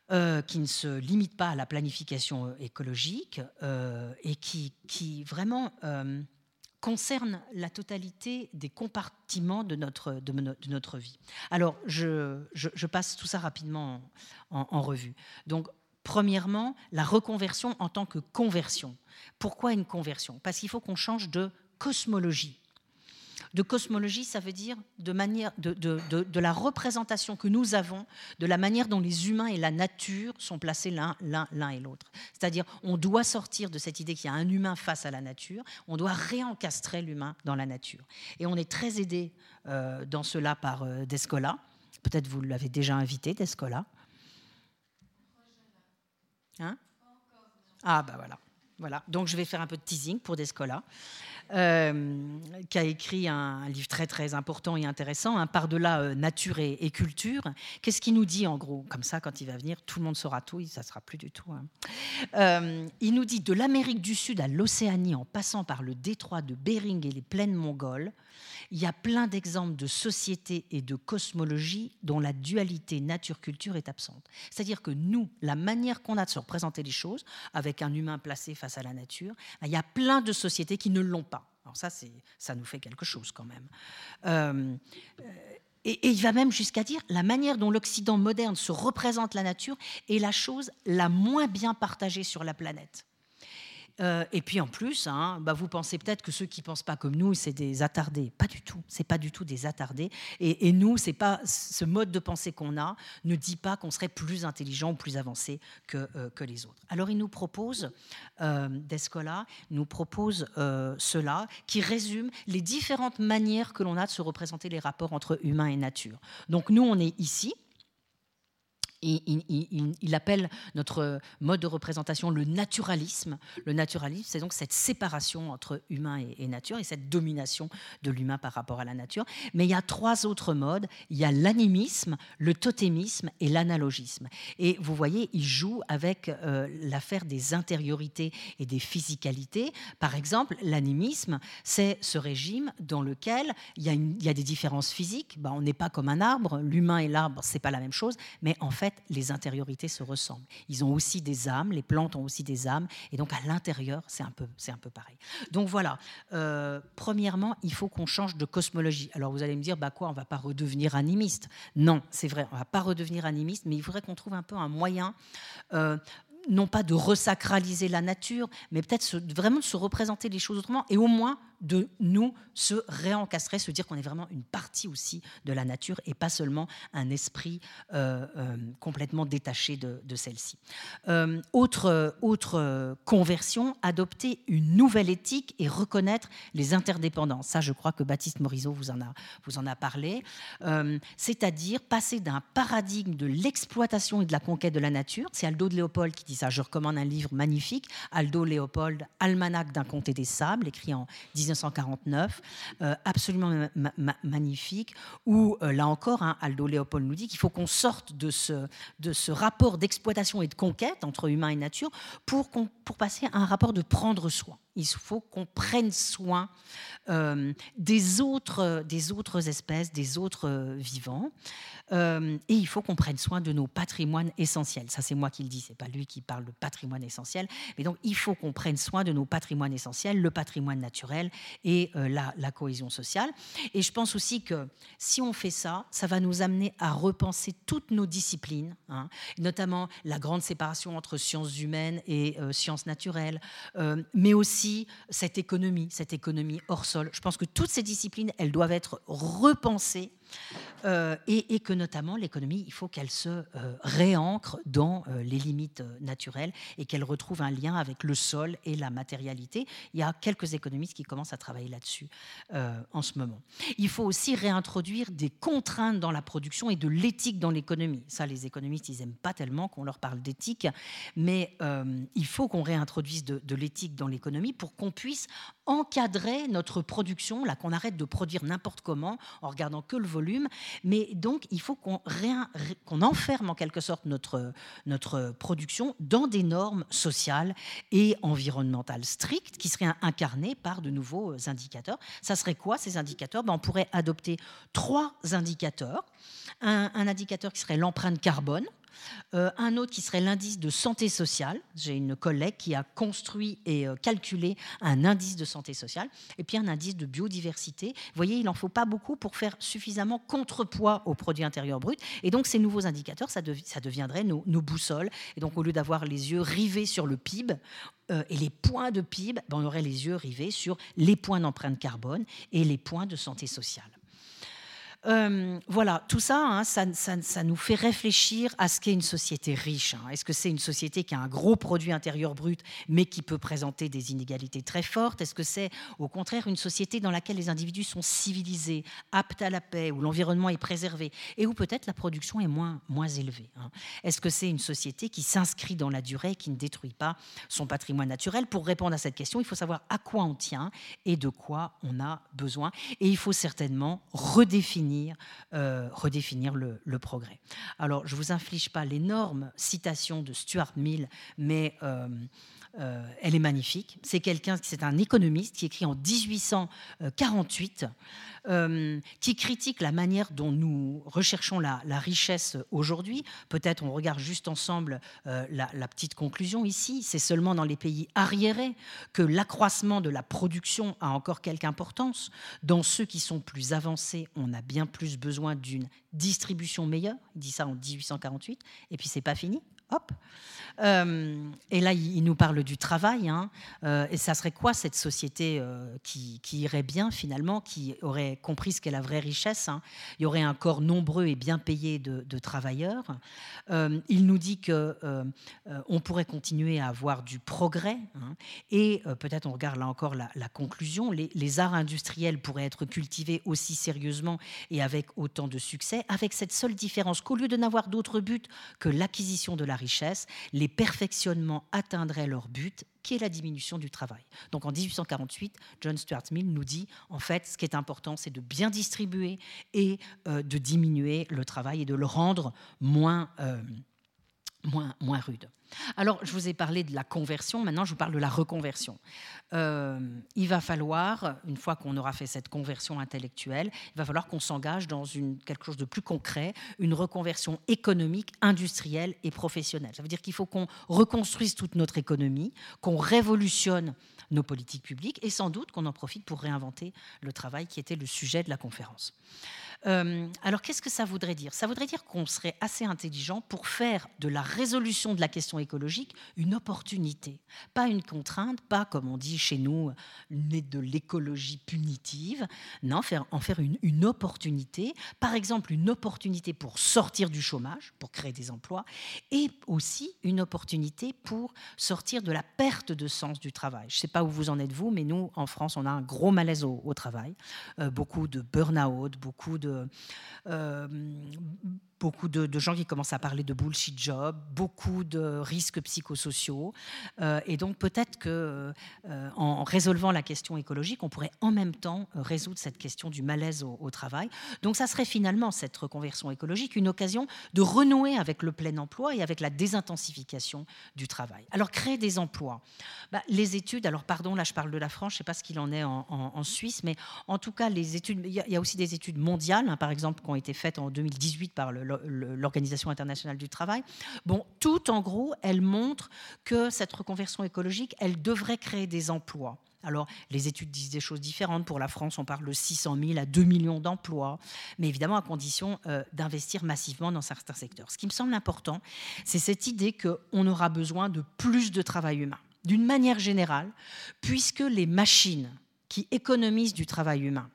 qui ne se limite pas à la planification écologique et qui vraiment concerne la totalité des compartiments de notre vie. Alors, je passe tout ça rapidement en revue. Donc, premièrement, la reconversion en tant que conversion. Pourquoi une conversion ? Parce qu'il faut qu'on change de cosmologie. De cosmologie, ça veut dire de la représentation que nous avons de la manière dont les humains et la nature sont placés l'un et l'autre. C'est-à-dire, on doit sortir de cette idée qu'il y a un humain face à la nature, on doit réencastrer l'humain dans la nature. Et on est très aidé dans cela par Descola. Peut-être vous l'avez déjà invité, Descola. Hein ? Ah, bah voilà. Donc, je vais faire un peu de teasing pour Descola. Qui a écrit un livre très très important et intéressant, hein, Par-delà nature et culture. Qu'est-ce qu'il nous dit en gros ? Comme ça, quand il va venir, tout le monde saura tout, ça ne sera plus du tout. Hein. Il nous dit, de l'Amérique du Sud à l'Océanie, en passant par le détroit de Bering et les plaines mongoles, il y a plein d'exemples de sociétés et de cosmologie dont la dualité nature-culture est absente. C'est-à-dire que nous, la manière qu'on a de se représenter les choses, avec un humain placé face à la nature, il y a plein de sociétés qui ne l'ont pas. Alors ça nous fait quelque chose quand même. Et il va même jusqu'à dire la manière dont l'Occident moderne se représente la nature est la chose la moins bien partagée sur la planète. Et puis en plus, hein, vous pensez peut-être que ceux qui ne pensent pas comme nous, c'est des attardés. Pas du tout, c'est pas du tout des attardés. Et nous, c'est pas, ce mode de pensée qu'on a ne dit pas qu'on serait plus intelligent ou plus avancé que les autres. Alors il nous propose, Descola nous propose cela, qui résume les différentes manières que l'on a de se représenter les rapports entre humain et nature. Donc nous, on est ici. Il appelle notre mode de représentation le naturalisme. Le naturalisme, c'est donc cette séparation entre humain et nature et cette domination de l'humain par rapport à la nature. Mais il y a 3 autres modes. Il y a l'animisme, le totémisme et l'analogisme. Et vous voyez, il joue avec l'affaire des intériorités et des physicalités. Par exemple, l'animisme, c'est ce régime dans lequel il y a des différences physiques. On n'est pas comme un arbre. L'humain et l'arbre, c'est pas la même chose. Mais en fait, les intériorités se ressemblent. Ils ont aussi des âmes, les plantes ont aussi des âmes, et donc à l'intérieur, c'est un peu pareil. Donc voilà, premièrement, il faut qu'on change de cosmologie. Alors vous allez me dire, on ne va pas redevenir animiste. Non, c'est vrai, on ne va pas redevenir animiste, mais il faudrait qu'on trouve un peu un moyen, non pas de resacraliser la nature, mais peut-être vraiment de se représenter les choses autrement, et au moins de nous se réencastrer, se dire qu'on est vraiment une partie aussi de la nature et pas seulement un esprit complètement détaché de celle-ci. Autre conversion, adopter une nouvelle éthique et reconnaître les interdépendances. Ça, je crois que Baptiste Morisot vous en a parlé. C'est-à-dire passer d'un paradigme de l'exploitation et de la conquête de la nature. C'est Aldo de Léopold qui dit ça. Je recommande un livre magnifique, Aldo Léopold, Almanach d'un comté des sables, écrit en 1949, absolument magnifique, où là encore, Aldo Léopold nous dit qu'il faut qu'on sorte de ce rapport d'exploitation et de conquête entre humain et nature pour passer à un rapport de prendre soin. Il faut qu'on prenne soin des autres espèces, des autres vivants, et il faut qu'on prenne soin de nos patrimoines essentiels. Ça, c'est moi qui le dis, c'est pas lui qui parle de patrimoine essentiel. Mais donc, il faut qu'on prenne soin de nos patrimoines essentiels, le patrimoine naturel et la cohésion sociale. Et je pense aussi que si on fait ça, ça va nous amener à repenser toutes nos disciplines, notamment la grande séparation entre sciences humaines et sciences naturelles, mais aussi cette économie hors sol. Je pense que toutes ces disciplines, elles doivent être repensées et que notamment l'économie, il faut qu'elle se réancre dans les limites naturelles et qu'elle retrouve un lien avec le sol et la matérialité. Il y a quelques économistes qui commencent à travailler là-dessus en ce moment. Il faut aussi réintroduire des contraintes dans la production et de l'éthique dans l'économie. Ça, les économistes, ils n'aiment pas tellement qu'on leur parle d'éthique, mais il faut qu'on réintroduise de l'éthique dans l'économie pour qu'on puisse encadrer notre production, là, qu'on arrête de produire n'importe comment en regardant que le volume, mais donc il faut qu'on enferme en quelque sorte notre production dans des normes sociales et environnementales strictes qui seraient incarnées par de nouveaux indicateurs. Ça serait quoi ces indicateurs ? On pourrait adopter 3 indicateurs. Un indicateur qui serait l'empreinte carbone. Un autre qui serait l'indice de santé sociale. J'ai une collègue qui a construit et calculé un indice de santé sociale. Et puis un indice de biodiversité. Vous voyez, il n'en faut pas beaucoup pour faire suffisamment contrepoids au produit intérieur brut. Et donc ces nouveaux indicateurs, ça deviendrait nos boussoles. Et donc au lieu d'avoir les yeux rivés sur le PIB, et les points de PIB, on aurait les yeux rivés sur les points d'empreinte carbone et les points de santé sociale. Voilà, tout ça, hein, ça nous fait réfléchir à ce qu'est une société riche. Hein. Est-ce que c'est une société qui a un gros produit intérieur brut, mais qui peut présenter des inégalités très fortes? Est-ce que c'est, au contraire, une société dans laquelle les individus sont civilisés, aptes à la paix, où l'environnement est préservé, et où peut-être la production est moins élevée, hein? Est-ce que c'est une société qui s'inscrit dans la durée, qui ne détruit pas son patrimoine naturel? Pour répondre à cette question, il faut savoir à quoi on tient et de quoi on a besoin. Et il faut certainement redéfinir le progrès. Alors, je ne vous inflige pas l'énorme citation de Stuart Mill, mais elle est magnifique. C'est un économiste qui écrit en 1848, qui critique la manière dont nous recherchons la richesse aujourd'hui. Peut-être on regarde juste ensemble la petite conclusion ici. C'est seulement dans les pays arriérés que l'accroissement de la production a encore quelque importance. Dans ceux qui sont plus avancés, on a bien plus besoin d'une distribution meilleure. Il dit ça en 1848, et puis c'est pas fini. Hop. Et là, il nous parle du travail. Hein. Et ça serait quoi cette société qui irait bien finalement, qui aurait compris ce qu'est la vraie richesse, hein. Il y aurait un corps nombreux et bien payé de travailleurs. Il nous dit qu'on pourrait continuer à avoir du progrès. Hein. Et peut-être on regarde là encore la conclusion. Les arts industriels pourraient être cultivés aussi sérieusement et avec autant de succès, avec cette seule différence qu'au lieu de n'avoir d'autre but que l'acquisition de la richesse, les perfectionnements atteindraient leur but, qui est la diminution du travail. Donc en 1848, John Stuart Mill nous dit, en fait, ce qui est important, c'est de bien distribuer et de diminuer le travail et de le rendre moins rude. Alors, je vous ai parlé de la conversion, maintenant je vous parle de la reconversion. Il va falloir, une fois qu'on aura fait cette conversion intellectuelle, il va falloir qu'on s'engage dans quelque chose de plus concret, une reconversion économique, industrielle et professionnelle. Ça veut dire qu'il faut qu'on reconstruise toute notre économie, qu'on révolutionne nos politiques publiques et sans doute qu'on en profite pour réinventer le travail qui était le sujet de la conférence. Alors, qu'est-ce que ça voudrait dire? Ça voudrait dire qu'on serait assez intelligent pour faire de la résolution de la question écologique une opportunité, pas une contrainte, pas, comme on dit chez nous, de l'écologie punitive. Non, en faire une opportunité, par exemple une opportunité pour sortir du chômage, pour créer des emplois, et aussi une opportunité pour sortir de la perte de sens du travail. Je ne sais pas où vous en êtes vous, mais nous, en France, on a un gros malaise au travail, beaucoup de burn-out, beaucoup de gens qui commencent à parler de bullshit job, beaucoup de risques psychosociaux. Et donc peut-être qu'en résolvant la question écologique, on pourrait en même temps résoudre cette question du malaise au travail. Donc ça serait finalement, cette reconversion écologique, une occasion de renouer avec le plein emploi et avec la désintensification du travail. Alors créer des emplois. Les études, alors pardon, là je parle de la France, je ne sais pas ce qu'il en est en Suisse, mais en tout cas, les études, il y a aussi des études mondiales, hein, par exemple, qui ont été faites en 2018 par l'Organisation internationale du travail. Bon, tout en gros, elles montrent que cette reconversion écologique, elle devrait créer des emplois. Alors, les études disent des choses différentes. Pour la France, on parle de 600 000 à 2 millions d'emplois, mais évidemment à condition d'investir massivement dans certains secteurs. Ce qui me semble important, c'est cette idée qu'on aura besoin de plus de travail humain, d'une manière générale, puisque les machines qui économisent du travail humain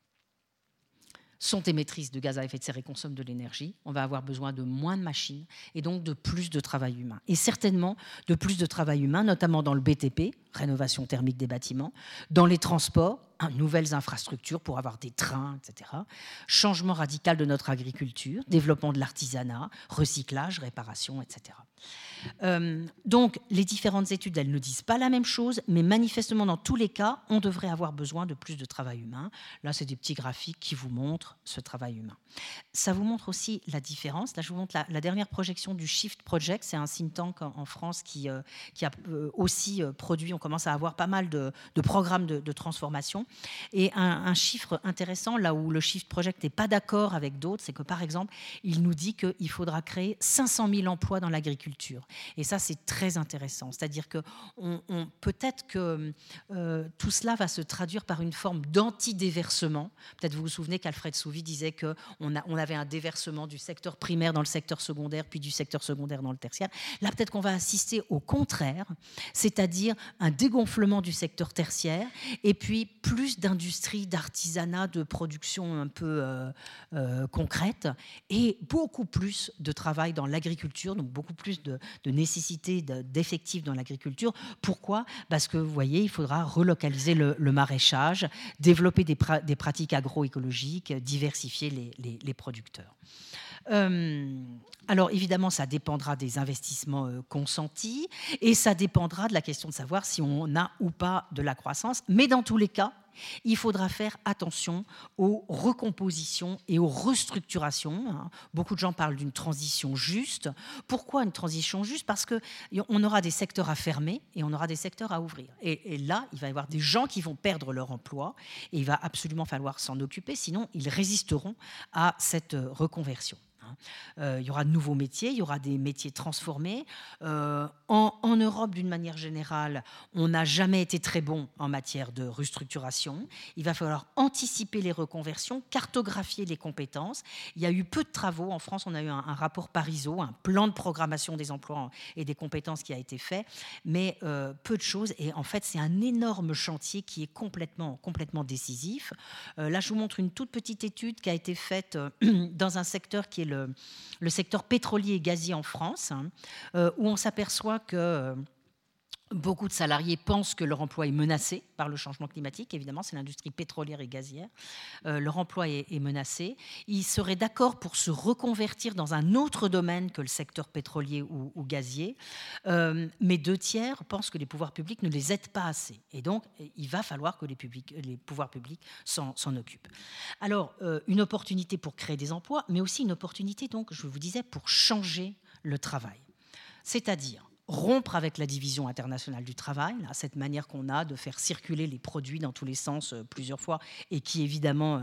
sont émettrices de gaz à effet de serre et consomment de l'énergie, on va avoir besoin de moins de machines et donc de plus de travail humain. Et certainement de plus de travail humain, notamment dans le BTP, rénovation thermique des bâtiments, dans les transports, nouvelles infrastructures pour avoir des trains, etc. Changement radical de notre agriculture, développement de l'artisanat, recyclage, réparation, etc. Donc, les différentes études, elles ne disent pas la même chose, mais manifestement, dans tous les cas, on devrait avoir besoin de plus de travail humain. Là, c'est des petits graphiques qui vous montrent ce travail humain. Ça vous montre aussi la différence. Là, je vous montre la dernière projection du Shift Project. C'est un think tank en France qui a aussi produit, commence à avoir pas mal de programmes de transformation. Et un chiffre intéressant, là où le Shift Project n'est pas d'accord avec d'autres, c'est que par exemple, il nous dit qu'il faudra créer 500 000 emplois dans l'agriculture. Et ça, c'est très intéressant. C'est-à-dire que peut-être que tout cela va se traduire par une forme d'anti-déversement. Peut-être vous vous souvenez qu'Alfred Sauvy disait qu'on avait un déversement du secteur primaire dans le secteur secondaire, puis du secteur secondaire dans le tertiaire. Là, peut-être qu'on va assister au contraire, c'est-à-dire un dégonflement du secteur tertiaire, et puis plus d'industrie, d'artisanat, de production un peu concrète, et beaucoup plus de travail dans l'agriculture, donc beaucoup plus de nécessité d'effectifs dans l'agriculture. Pourquoi ? Parce que, vous voyez, il faudra relocaliser le maraîchage, développer des pratiques agroécologiques, diversifier les producteurs. Alors évidemment, ça dépendra des investissements consentis et ça dépendra de la question de savoir si on a ou pas de la croissance. Mais dans tous les cas, il faudra faire attention aux recompositions et aux restructurations. Beaucoup de gens parlent d'une transition juste. Pourquoi une transition juste ? Parce qu'on aura des secteurs à fermer et on aura des secteurs à ouvrir. Et là, il va y avoir des gens qui vont perdre leur emploi et il va absolument falloir s'en occuper, sinon ils résisteront à cette reconversion. Il y aura de nouveaux métiers, il y aura des métiers transformés. En Europe, d'une manière générale, on n'a jamais été très bon en matière de restructuration. Il va falloir anticiper les reconversions, cartographier les compétences. Il y a eu peu de travaux. En France, on a eu un rapport Parisot, un plan de programmation des emplois et des compétences qui a été fait, mais peu de choses. Et en fait, c'est un énorme chantier qui est complètement décisif. Là, je vous montre une toute petite étude qui a été faite dans un secteur qui est le secteur pétrolier et gazier en France, où on s'aperçoit que beaucoup de salariés pensent que leur emploi est menacé par le changement climatique. Évidemment, c'est l'industrie pétrolière et gazière. Leur emploi est menacé. Ils seraient d'accord pour se reconvertir dans un autre domaine que le secteur pétrolier ou gazier. Mais 2/3 pensent que les pouvoirs publics ne les aident pas assez. Et donc, il va falloir que les pouvoirs publics s'en occupent. Alors, une opportunité pour créer des emplois, mais aussi une opportunité, donc, je vous disais, pour changer le travail. C'est-à-dire rompre avec la division internationale du travail, là, cette manière qu'on a de faire circuler les produits dans tous les sens plusieurs fois et qui évidemment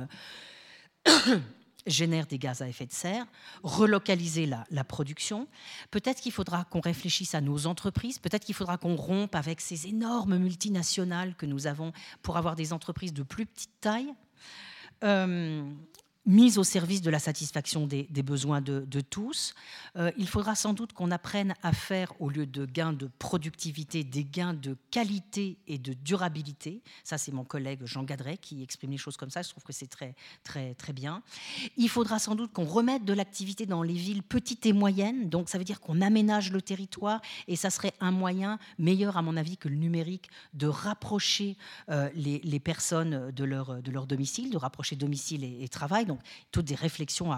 génère des gaz à effet de serre, relocaliser la production. Peut-être qu'il faudra qu'on réfléchisse à nos entreprises, peut-être qu'il faudra qu'on rompe avec ces énormes multinationales que nous avons pour avoir des entreprises de plus petite taille. Mise au service de la satisfaction des besoins de tous. Il faudra sans doute qu'on apprenne à faire, au lieu de gains de productivité, des gains de qualité et de durabilité. Ça, c'est mon collègue Jean Gadret qui exprime les choses comme ça. Je trouve que c'est très, très, très bien. Il faudra sans doute qu'on remette de l'activité dans les villes petites et moyennes. Donc, ça veut dire qu'on aménage le territoire et ça serait un moyen meilleur, à mon avis, que le numérique de rapprocher les personnes de leur domicile, de rapprocher domicile et travail. Donc, toutes des réflexions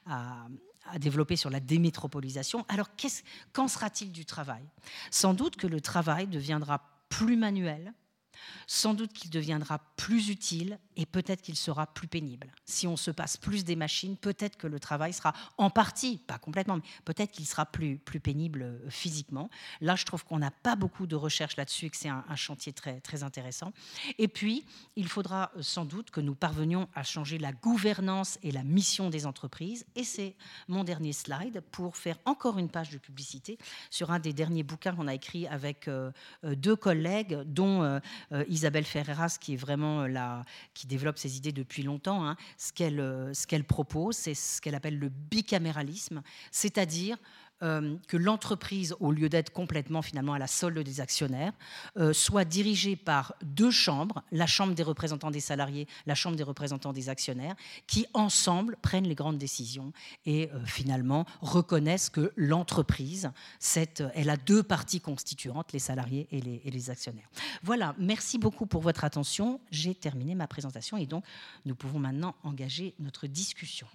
à développer sur la démétropolisation. Alors, qu'en sera-t-il du travail ? Sans doute que le travail deviendra plus manuel, sans doute qu'il deviendra plus utile et peut-être qu'il sera plus pénible. Si on se passe plus des machines, peut-être que le travail sera en partie, pas complètement, mais peut-être qu'il sera plus pénible physiquement. Là, je trouve qu'on n'a pas beaucoup de recherche là-dessus et que c'est un chantier très, très intéressant. Et puis, il faudra sans doute que nous parvenions à changer la gouvernance et la mission des entreprises. Et c'est mon dernier slide pour faire encore une page de publicité sur un des derniers bouquins qu'on a écrit avec 2 collègues, dont Isabelle Ferreras, qui est vraiment qui développe ces idées depuis longtemps. Ce qu'elle propose, c'est ce qu'elle appelle le bicaméralisme, c'est-à-dire que l'entreprise, au lieu d'être complètement finalement à la solde des actionnaires, soit dirigée par 2 chambres, la chambre des représentants des salariés, la chambre des représentants des actionnaires, qui ensemble prennent les grandes décisions et finalement reconnaissent que l'entreprise, elle a 2 parties constituantes, les salariés et les actionnaires. Voilà, merci beaucoup pour votre attention. J'ai terminé ma présentation et donc nous pouvons maintenant engager notre discussion.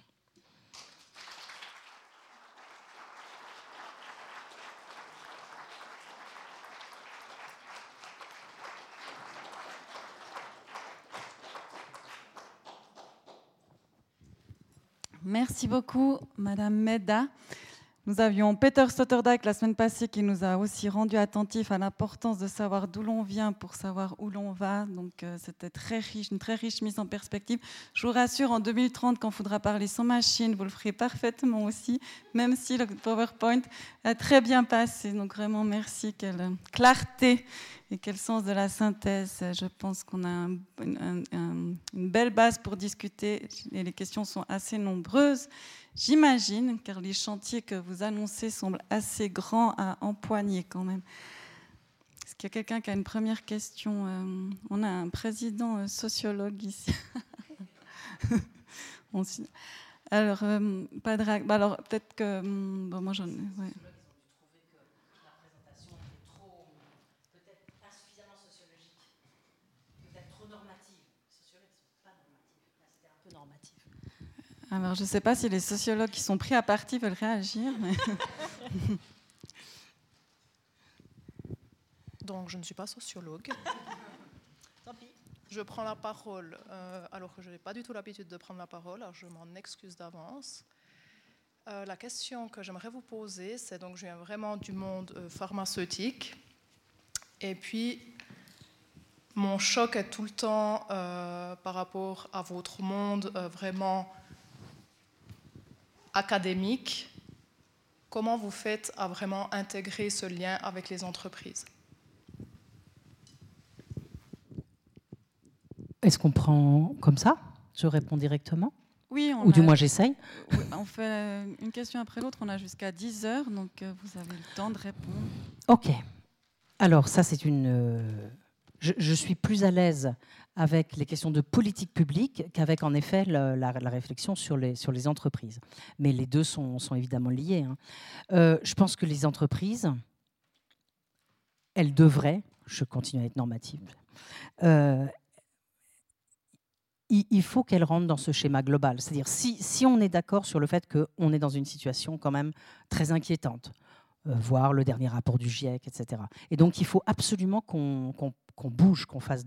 Merci beaucoup, Madame Medda. Nous avions Peter Sloterdijk la semaine passée qui nous a aussi rendu attentifs à l'importance de savoir d'où l'on vient pour savoir où l'on va. Donc c'était très riche, une très riche mise en perspective. Je vous rassure, en 2030, quand il faudra parler sans machine, vous le ferez parfaitement aussi, même si le PowerPoint a très bien passé. Donc vraiment, merci. Quelle clarté et quel sens de la synthèse. Je pense qu'on a une belle base pour discuter et les questions sont assez nombreuses. J'imagine, car les chantiers que vous annoncez semblent assez grands à empoigner quand même. Est-ce qu'il y a quelqu'un qui a une première question? On a un président sociologue ici. Alors, pas de règle. Alors, peut-être que... bon, moi, j'en ai... Ouais. Alors, je ne sais pas si les sociologues qui sont pris à partie veulent réagir. Mais... Donc, je ne suis pas sociologue. Tant pis. Je prends la parole alors que je n'ai pas du tout l'habitude de prendre la parole, alors je m'en excuse d'avance. La question que j'aimerais vous poser, c'est donc je viens vraiment du monde pharmaceutique. Et puis, mon choc est tout le temps par rapport à votre monde vraiment académique. Comment vous faites à vraiment intégrer ce lien avec les entreprises? Est-ce qu'on prend comme ça? Je réponds directement? Oui, ou du moins j'essaye. Oui, on fait une question après l'autre, on a jusqu'à 10 heures, donc vous avez le temps de répondre. Ok. Alors ça c'est une... Je suis plus à l'aise avec les questions de politique publique qu'avec en effet la réflexion sur les entreprises. Mais les deux sont évidemment liés. Hein. Je pense que les entreprises, elles devraient, je continue à être normative, il faut qu'elle rentre dans ce schéma global. C'est-à-dire, si on est d'accord sur le fait qu'on est dans une situation quand même très inquiétante, voir le dernier rapport du GIEC, etc. Et donc, il faut absolument qu'on bouge, qu'on fasse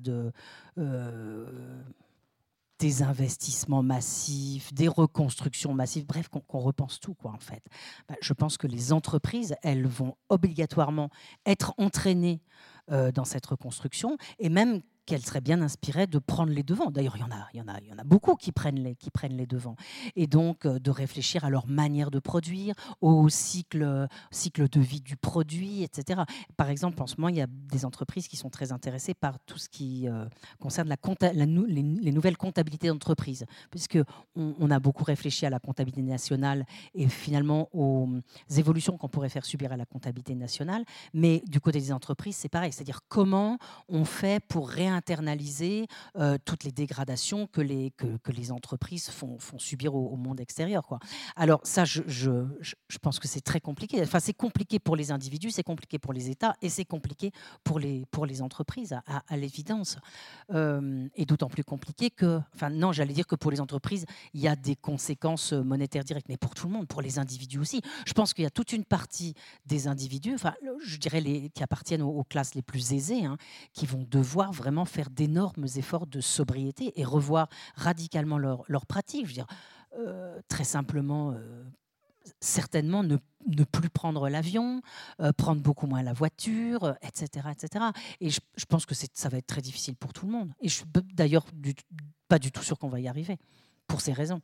des investissements massifs, des reconstructions massives, bref, qu'on repense tout, quoi, en fait. Je pense que les entreprises, elles vont obligatoirement être entraînées dans cette reconstruction, et même qu'elles seraient bien inspirées de prendre les devants. D'ailleurs, il y en a beaucoup qui prennent les devants. Et donc, de réfléchir à leur manière de produire, au cycle de vie du produit, etc. Par exemple, en ce moment, il y a des entreprises qui sont très intéressées par tout ce qui concerne les nouvelles comptabilités d'entreprise, puisqu'on a beaucoup réfléchi à la comptabilité nationale et finalement aux évolutions qu'on pourrait faire subir à la comptabilité nationale. Mais du côté des entreprises, c'est pareil. C'est-à-dire comment on fait pour réinternaliser toutes les dégradations que les entreprises font subir au monde extérieur, quoi. Alors ça, je pense que c'est très compliqué. Enfin, c'est compliqué pour les individus, c'est compliqué pour les États et c'est compliqué pour les entreprises, à l'évidence. Et d'autant plus compliqué que... Enfin, non, j'allais dire que pour les entreprises, il y a des conséquences monétaires directes, mais pour tout le monde, pour les individus aussi. Je pense qu'il y a toute une partie des individus, enfin, je dirais qui appartiennent aux classes les plus aisées, hein, qui vont devoir vraiment faire d'énormes efforts de sobriété et revoir radicalement leurs pratiques. Je veux dire, très simplement, certainement ne plus prendre l'avion, prendre beaucoup moins la voiture, etc. etc. Et je pense que ça va être très difficile pour tout le monde. Et je suis d'ailleurs pas du tout sûr qu'on va y arriver, pour ces raisons.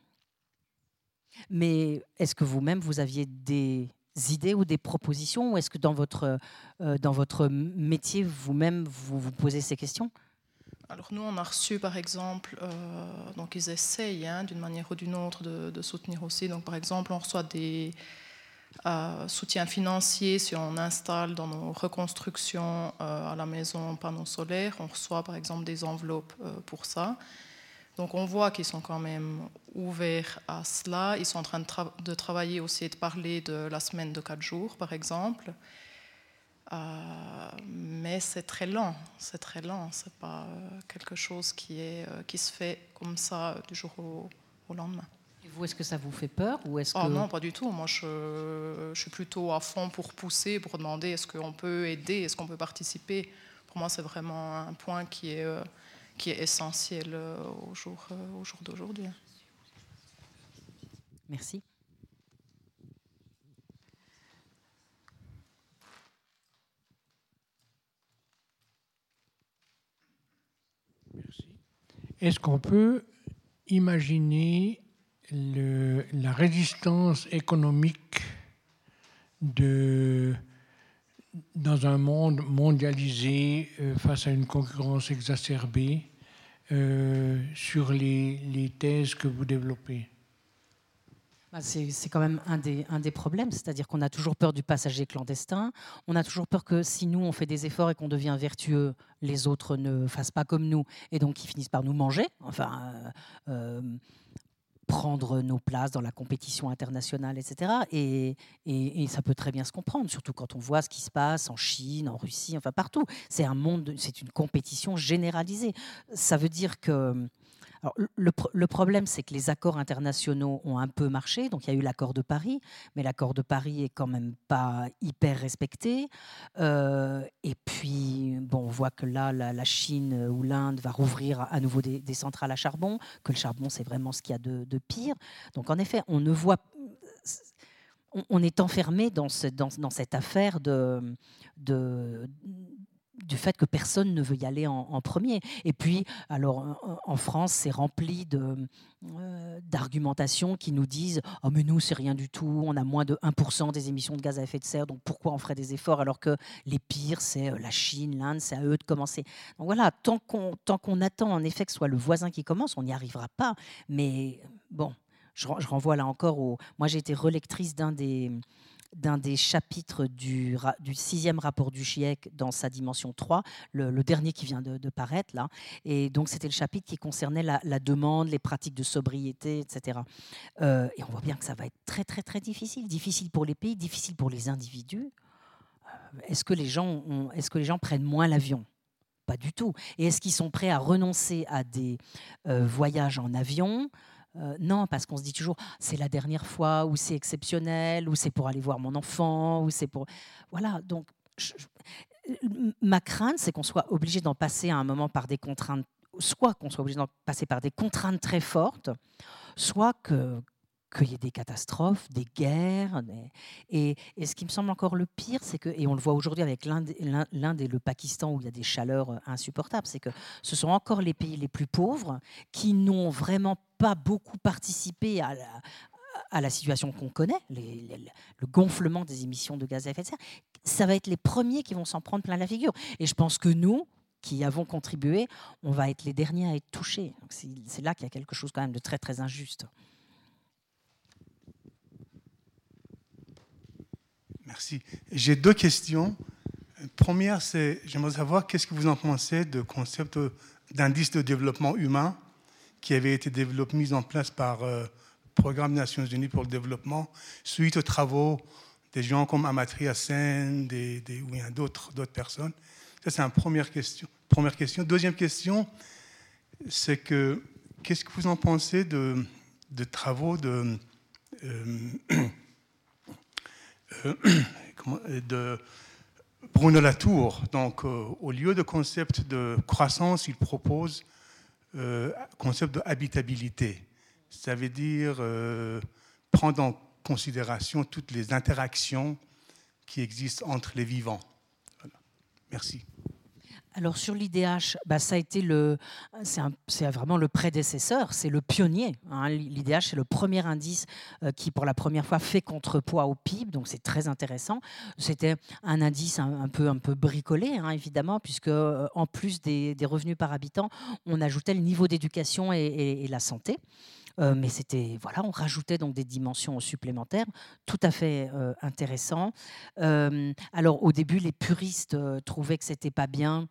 Mais est-ce que vous-même, vous aviez des idées ou des propositions, ou est-ce que dans votre métier, vous-même, vous posez ces questions? Alors nous, on a reçu par exemple, donc ils essayent d'une manière ou d'une autre de soutenir aussi. Donc par exemple, on reçoit des soutiens financiers si on installe dans nos reconstructions à la maison panneaux solaires. On reçoit par exemple des enveloppes pour ça. Donc on voit qu'ils sont quand même ouverts à cela. Ils sont en train de travailler aussi et de parler de la semaine de 4 jours, par exemple. Mais c'est très lent, c'est pas quelque chose qui se fait comme ça du jour au lendemain. Et vous, est-ce que ça vous fait peur ou est-ce que... non, pas du tout. Moi, je suis plutôt à fond pour pousser, pour demander est-ce qu'on peut aider, est-ce qu'on peut participer. Pour moi, c'est vraiment un point qui est essentiel au jour d'aujourd'hui. Merci. est-ce qu'on peut imaginer la résistance économique dans un monde mondialisé face à une concurrence exacerbée sur les thèses que vous développez? C'est quand même un des problèmes, c'est-à-dire qu'on a toujours peur du passager clandestin, on a toujours peur que si nous on fait des efforts et qu'on devient vertueux, les autres ne fassent pas comme nous et donc ils finissent par nous manger, prendre nos places dans la compétition internationale, etc. Et ça peut très bien se comprendre, surtout quand on voit ce qui se passe en Chine, en Russie, enfin partout. C'est un monde, c'est une compétition généralisée. Ça veut dire que... Alors, le problème, c'est que les accords internationaux ont un peu marché. Donc, il y a eu l'accord de Paris, mais l'accord de Paris est quand même pas hyper respecté. Et puis, bon, on voit que là, la Chine ou l'Inde va rouvrir à nouveau des centrales à charbon, que le charbon, c'est vraiment ce qu'il y a de pire. Donc, en effet, on ne voit... On est enfermé dans cette affaire du fait que personne ne veut y aller en premier. Et puis, alors, en France, c'est rempli d'argumentations qui nous disent « Oh, mais nous, c'est rien du tout, on a moins de 1% des émissions de gaz à effet de serre, donc pourquoi on ferait des efforts alors que les pires, c'est la Chine, l'Inde, c'est à eux de commencer. » Donc voilà, tant qu'on attend en effet que ce soit le voisin qui commence, on n'y arrivera pas. Mais bon, je renvoie là encore Moi, j'ai été relectrice d'un des chapitres du 6e rapport du GIEC dans sa dimension 3, le dernier qui vient de paraître là. Et donc, c'était le chapitre qui concernait la demande, les pratiques de sobriété, etc. Et on voit bien que ça va être très, très, très difficile. Difficile pour les pays, difficile pour les individus. Est-ce que les gens prennent moins l'avion ? Pas du tout. Et est-ce qu'ils sont prêts à renoncer à des voyages en avion ? Non, parce qu'on se dit toujours c'est la dernière fois, ou c'est exceptionnel, ou c'est pour aller voir mon enfant, ou c'est pour... Voilà, donc ma crainte, c'est qu'on soit obligé d'en passer à un moment par des contraintes, soit qu'on soit obligé d'en passer par des contraintes très fortes, soit qu'il y ait des catastrophes, des guerres. Et ce qui me semble encore le pire, c'est que, et on le voit aujourd'hui avec l'Inde et le Pakistan où il y a des chaleurs insupportables, c'est que ce sont encore les pays les plus pauvres qui n'ont vraiment pas beaucoup participé à la situation qu'on connaît, le gonflement des émissions de gaz à effet de serre. Ça va être les premiers qui vont s'en prendre plein la figure. Et je pense que nous, qui avons contribué, on va être les derniers à être touchés. Donc c'est là qu'il y a quelque chose quand même de très, très injuste. Merci. J'ai 2 questions. Première, c'est, j'aimerais savoir qu'est-ce que vous en pensez du concept d'indice de développement humain qui avait été mis en place par le Programme des Nations Unies pour le développement suite aux travaux des gens comme Amartya Sen ou d'autres personnes. Ça, c'est une première question. Deuxième question, c'est que qu'est-ce que vous en pensez de travaux de Bruno Latour. Donc, au lieu de concept de croissance, il propose concept de habitabilité. Ça veut dire prendre en considération toutes les interactions qui existent entre les vivants. Voilà. Merci. Alors sur l'IDH, ça a été c'est vraiment le prédécesseur, c'est le pionnier. Hein. L'IDH, c'est le premier indice qui, pour la première fois, fait contrepoids au PIB, donc c'est très intéressant. C'était un indice un peu bricolé, hein, évidemment, puisque en plus des revenus par habitant, on ajoutait le niveau d'éducation et la santé. Mais c'était, voilà, on rajoutait donc des dimensions supplémentaires, tout à fait intéressant. Alors au début, les puristes trouvaient que c'était pas bien.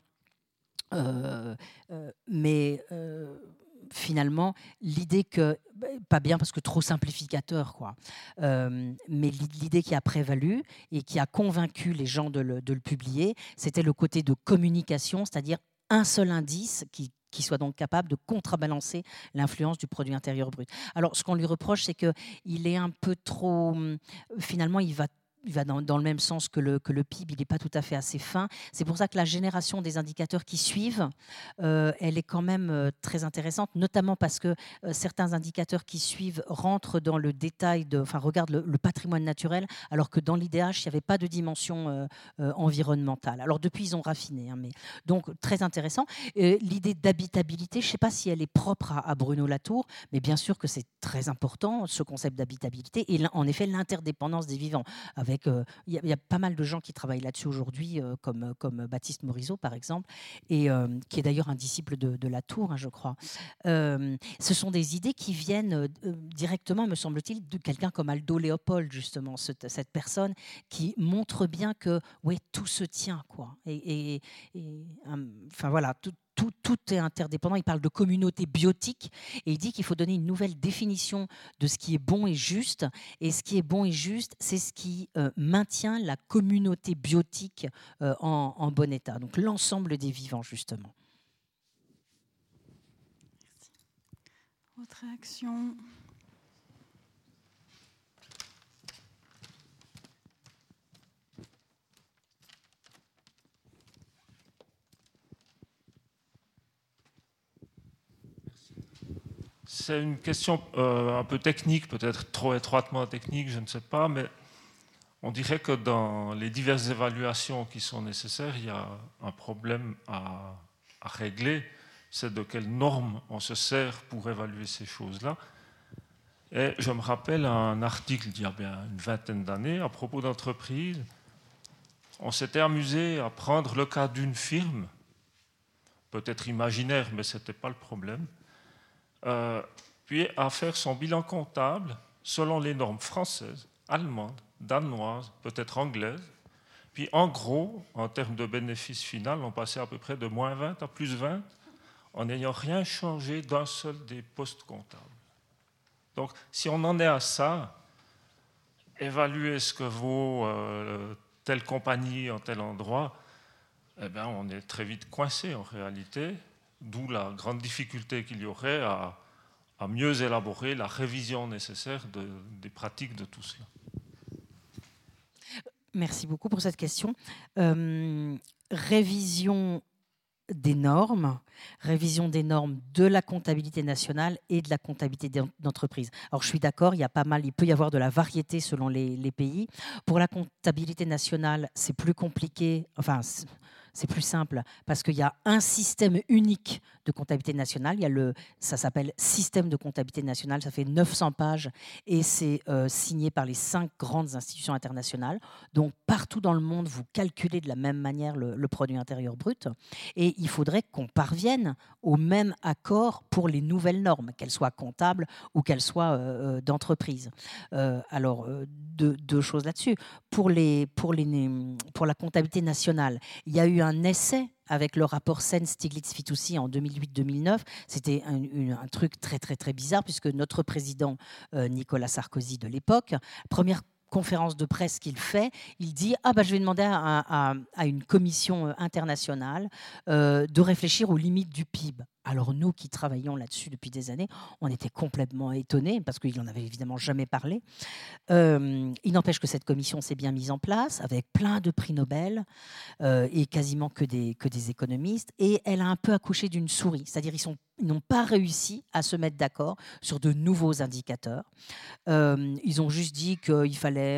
Mais finalement, l'idée que, pas bien parce que trop simplificateur, quoi, mais l'idée qui a prévalu et qui a convaincu les gens de le publier, c'était le côté de communication, c'est-à-dire un seul indice qui soit donc capable de contrebalancer l'influence du produit intérieur brut. Alors, ce qu'on lui reproche, c'est qu'il est un peu trop... Finalement, il va il va dans le même sens que le PIB, il n'est pas tout à fait assez fin. C'est pour ça que la génération des indicateurs qui suivent, elle est quand même très intéressante, notamment parce que certains indicateurs qui suivent rentrent dans le détail, regardent le patrimoine naturel, alors que dans l'IDH, il n'y avait pas de dimension environnementale. Alors depuis, ils ont raffiné, hein, mais donc très intéressant. L'idée d'habitabilité, je ne sais pas si elle est propre à Bruno Latour, mais bien sûr que c'est très important, ce concept d'habitabilité, et en effet l'interdépendance des vivants. Il y a pas mal de gens qui travaillent là-dessus aujourd'hui, comme Baptiste Morisot, par exemple, et qui est d'ailleurs un disciple de Latour, hein, je crois. Ce sont des idées qui viennent directement, me semble-t-il, de quelqu'un comme Aldo Léopold, justement, cette personne qui montre bien que ouais, tout se tient, quoi. Enfin voilà, tout est interdépendant. Il parle de communauté biotique et il dit qu'il faut donner une nouvelle définition de ce qui est bon et juste. Et ce qui est bon et juste, c'est ce qui maintient la communauté biotique en bon état. Donc l'ensemble des vivants, justement. Merci. Autre réaction? C'est une question un peu technique, peut-être trop étroitement technique, je ne sais pas, mais on dirait que dans les diverses évaluations qui sont nécessaires, il y a un problème à régler, c'est de quelles normes on se sert pour évaluer ces choses-là. Et je me rappelle un article d'il y a bien une vingtaine d'années à propos d'entreprises. On s'était amusé à prendre le cas d'une firme, peut-être imaginaire, mais ce n'était pas le problème, puis à faire son bilan comptable selon les normes françaises, allemandes, danoises, peut-être anglaises. Puis en gros, en termes de bénéfice final, on passait à peu près de moins 20 à plus 20 en n'ayant rien changé d'un seul des postes comptables. Donc si on en est à ça, évaluer ce que vaut telle compagnie en tel endroit, eh bien, on est très vite coincé en réalité. D'où la grande difficulté qu'il y aurait à mieux élaborer la révision nécessaire des pratiques de tout cela. Merci beaucoup pour cette question. Révision des normes de la comptabilité nationale et de la comptabilité d'entreprise. Alors je suis d'accord, il peut y avoir de la variété selon les pays. Pour la comptabilité nationale, c'est plus compliqué, c'est plus simple parce qu'il y a un système unique de comptabilité nationale. Ça s'appelle système de comptabilité nationale. Ça fait 900 pages et c'est signé par les 5 grandes institutions internationales. Donc partout dans le monde, vous calculez de la même manière le produit intérieur brut. Et il faudrait qu'on parvienne au même accord pour les nouvelles normes, qu'elles soient comptables ou qu'elles soient d'entreprise. Alors deux choses là-dessus. Pour la comptabilité nationale, il y a eu un essai avec le rapport Sen-Stiglitz-Fitoussi en 2008-2009. C'était un truc très, très, très bizarre puisque notre président Nicolas Sarkozy de l'époque, première conférence de presse qu'il fait, il dit « je vais demander à une commission internationale de réfléchir aux limites du PIB ». Alors nous qui travaillons là-dessus depuis des années, on était complètement étonnés parce qu'il n'en avait évidemment jamais parlé. Il n'empêche que cette commission s'est bien mise en place avec plein de prix Nobel et quasiment que des économistes. Et elle a un peu accouché d'une souris, c'est-à-dire ils n'ont pas réussi à se mettre d'accord sur de nouveaux indicateurs. Ils ont juste dit qu'il fallait...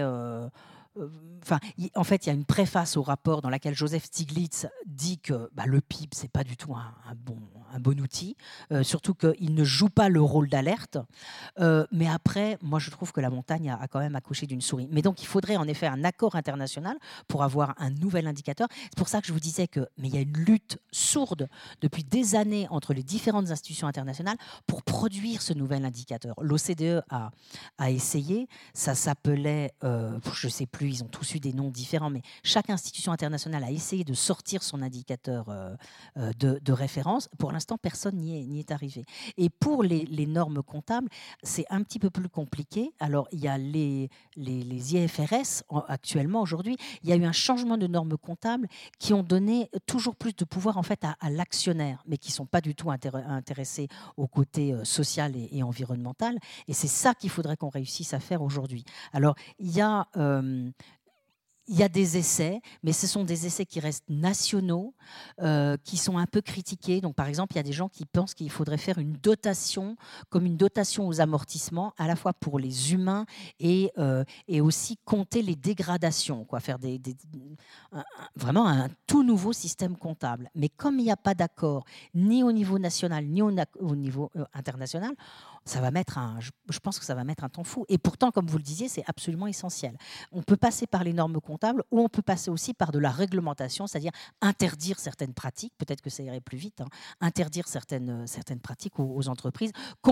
en fait, il y a une préface au rapport dans laquelle Joseph Stiglitz dit que le PIB, ce n'est pas du tout un bon outil, surtout qu'il ne joue pas le rôle d'alerte. Mais après, moi, je trouve que la montagne a quand même accouché d'une souris. Mais donc, il faudrait en effet un accord international pour avoir un nouvel indicateur. C'est pour ça que je vous disais mais il y a une lutte sourde depuis des années entre les différentes institutions internationales pour produire ce nouvel indicateur. L'OCDE a essayé, ça s'appelait, je ne sais plus, ils ont tous eu des noms différents, mais chaque institution internationale a essayé de sortir son indicateur de référence. Pour l'instant, personne n'y est arrivé. Et pour les normes comptables, c'est un petit peu plus compliqué. Alors, il y a les IFRS actuellement, aujourd'hui. Il y a eu un changement de normes comptables qui ont donné toujours plus de pouvoir en fait à l'actionnaire, mais qui ne sont pas du tout intéressés au côté social et environnemental. Et c'est ça qu'il faudrait qu'on réussisse à faire aujourd'hui. Alors, il y a il y a des essais, mais ce sont des essais qui restent nationaux, qui sont un peu critiqués. Donc, par exemple, il y a des gens qui pensent qu'il faudrait faire une dotation, comme une dotation aux amortissements, à la fois pour les humains et aussi compter les dégradations, quoi, faire vraiment un tout nouveau système comptable. Mais comme il n'y a pas d'accord, ni au niveau national, ni au niveau international, ça va mettre je pense que ça va mettre un temps fou. Et pourtant, comme vous le disiez, c'est absolument essentiel. On peut passer par les normes comptables ou on peut passer aussi par de la réglementation, c'est-à-dire interdire certaines pratiques, peut-être que ça irait plus vite, hein, interdire certaines pratiques aux entreprises,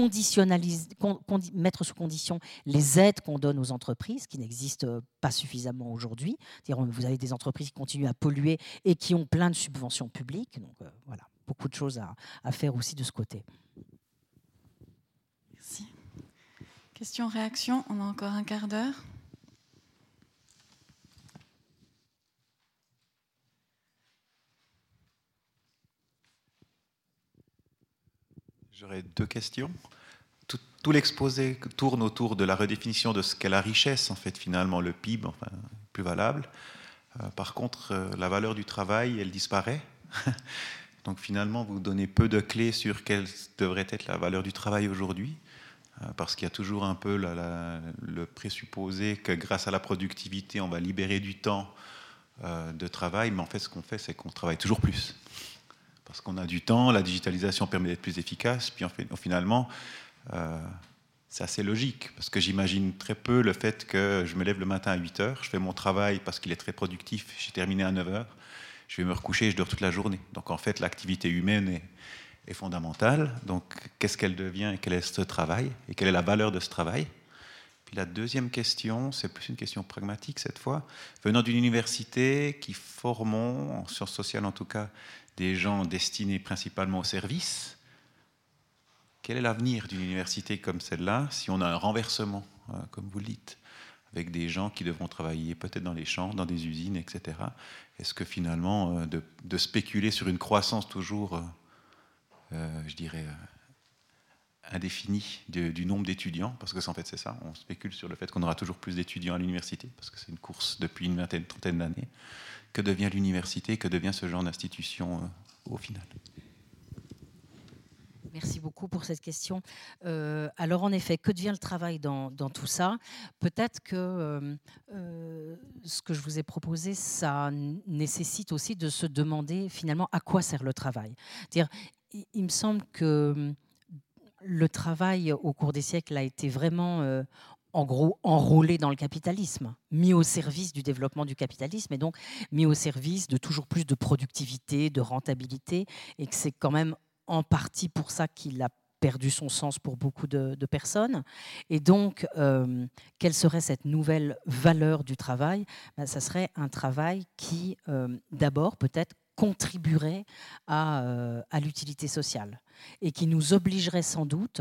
mettre sous condition les aides qu'on donne aux entreprises, qui n'existent pas suffisamment aujourd'hui. C'est-à-dire, vous avez des entreprises qui continuent à polluer et qui ont plein de subventions publiques. Donc voilà, beaucoup de choses à faire aussi de ce côté. Merci. Question, réaction, on a encore un quart d'heure. J'aurais 2 questions. Tout l'exposé tourne autour de la redéfinition de ce qu'est la richesse, en fait, finalement, le PIB, enfin, plus valable. Par contre, la valeur du travail, elle disparaît. Donc finalement, vous donnez peu de clés sur quelle devrait être la valeur du travail aujourd'hui, parce qu'il y a toujours un peu le présupposé que grâce à la productivité, on va libérer du temps de travail, mais en fait, ce qu'on fait, c'est qu'on travaille toujours plus. Parce qu'on a du temps, la digitalisation permet d'être plus efficace, puis finalement, c'est assez logique, parce que j'imagine très peu le fait que je me lève le matin à 8h, je fais mon travail parce qu'il est très productif, j'ai terminé à 9h, je vais me recoucher et je dors toute la journée. Donc en fait, l'activité humaine est fondamentale. Donc qu'est-ce qu'elle devient et quel est ce travail et quelle est la valeur de ce travail? Puis la deuxième question, c'est plus une question pragmatique cette fois. Venant d'une université qui formons, en sciences sociales en tout cas, des gens destinés principalement au service, quel est l'avenir d'une université comme celle-là si on a un renversement, comme vous le dites, avec des gens qui devront travailler peut-être dans les champs, dans des usines, etc. Est-ce que finalement, de spéculer sur une croissance toujours, je dirais, indéfinie du nombre d'étudiants, parce que en fait c'est ça, on spécule sur le fait qu'on aura toujours plus d'étudiants à l'université, parce que c'est une course depuis une vingtaine, trentaine d'années. Que devient l'université, que devient ce genre d'institution au final? Merci beaucoup pour cette question. Alors en effet, que devient le travail dans tout ça? Peut-être que ce que je vous ai proposé, ça nécessite aussi de se demander finalement à quoi sert le travail. C'est-à-dire, il me semble que le travail au cours des siècles a été vraiment en gros enrôlé dans le capitalisme, mis au service du développement du capitalisme et donc mis au service de toujours plus de productivité, de rentabilité, et que c'est quand même en partie pour ça qu'il a perdu son sens pour beaucoup de personnes. Et donc, quelle serait cette nouvelle valeur du travail? Ça serait un travail qui, d'abord, peut-être contribuerait à l'utilité sociale et qui nous obligerait sans doute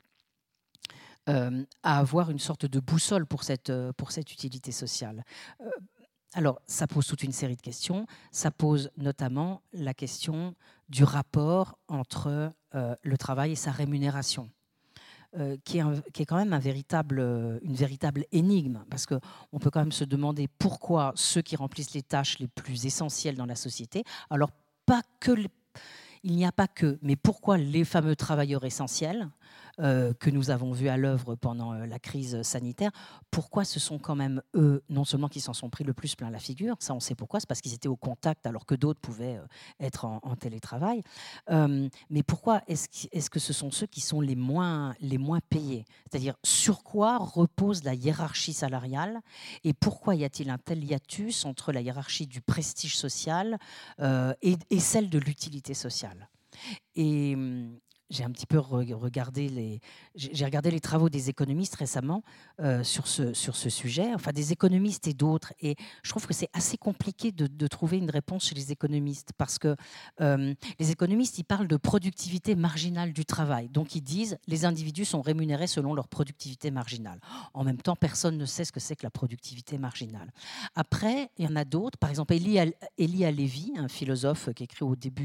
à avoir une sorte de boussole pour cette utilité sociale. Alors, ça pose toute une série de questions. Ça pose notamment la question du rapport entre le travail et sa rémunération, qui est quand même une véritable énigme, parce qu'on peut quand même se demander pourquoi ceux qui remplissent les tâches les plus essentielles dans la société, alors il n'y a pas que, mais pourquoi les fameux travailleurs essentiels que nous avons vus à l'œuvre pendant la crise sanitaire, pourquoi ce sont quand même eux, non seulement qui s'en sont pris le plus plein la figure, ça on sait pourquoi, c'est parce qu'ils étaient au contact alors que d'autres pouvaient être en télétravail, mais pourquoi est-ce que ce sont ceux qui sont les moins payés? C'est-à-dire sur quoi repose la hiérarchie salariale et pourquoi y a-t-il un tel hiatus entre la hiérarchie du prestige social et celle de l'utilité sociale? Et j'ai un petit peu regardé les travaux des économistes récemment sur ce sujet, enfin des économistes et d'autres, et je trouve que c'est assez compliqué de trouver une réponse chez les économistes, parce que les économistes, ils parlent de productivité marginale du travail, donc ils disent les individus sont rémunérés selon leur productivité marginale. En même temps, personne ne sait ce que c'est que la productivité marginale. Après, il y en a d'autres, par exemple Elie Halevi, un philosophe qui écrit au début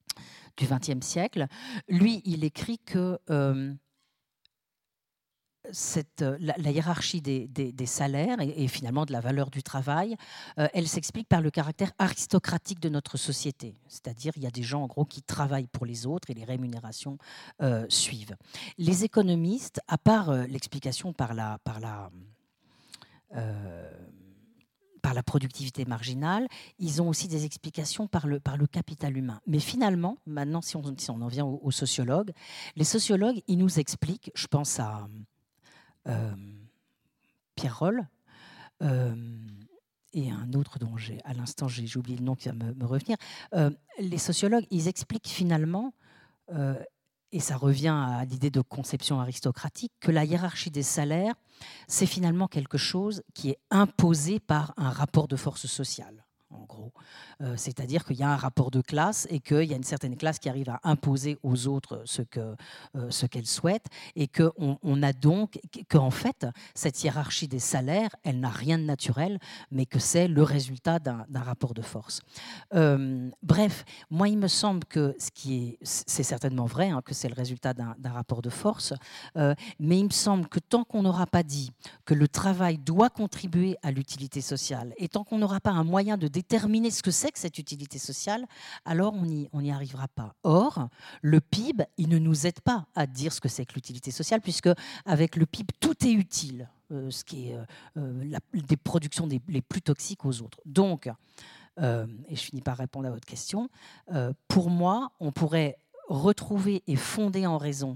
du XXe siècle, lui, il écrit que la hiérarchie des salaires et finalement de la valeur du travail, elle s'explique par le caractère aristocratique de notre société. C'est-à-dire il y a des gens en gros qui travaillent pour les autres et les rémunérations suivent. Les économistes, à part l'explication par la productivité marginale, ils ont aussi des explications par le capital humain. Mais finalement, maintenant, si on en vient aux sociologues, les sociologues, ils nous expliquent, je pense à Pierre Roll, et un autre dont à l'instant j'ai oublié le nom qui va me revenir, les sociologues, ils expliquent finalement, et ça revient à l'idée de conception aristocratique, que la hiérarchie des salaires, c'est finalement quelque chose qui est imposé par un rapport de force sociale, en gros. C'est-à-dire qu'il y a un rapport de classe et qu'il y a une certaine classe qui arrive à imposer aux autres ce qu'elle souhaite, et qu'on a donc qu'en fait, cette hiérarchie des salaires, elle n'a rien de naturel, mais que c'est le résultat d'un rapport de force. Bref, moi, il me semble que c'est certainement vrai, hein, que c'est le résultat d'un rapport de force, mais il me semble que tant qu'on n'aura pas dit que le travail doit contribuer à l'utilité sociale, et tant qu'on n'aura pas un moyen de déterminer ce que c'est que cette utilité sociale, alors on n'y arrivera pas. Or, le PIB, il ne nous aide pas à dire ce que c'est que l'utilité sociale, puisque avec le PIB, tout est utile, ce qui est des productions les plus toxiques aux autres. Donc, et je finis par répondre à votre question, pour moi, on pourrait retrouver et fonder en raison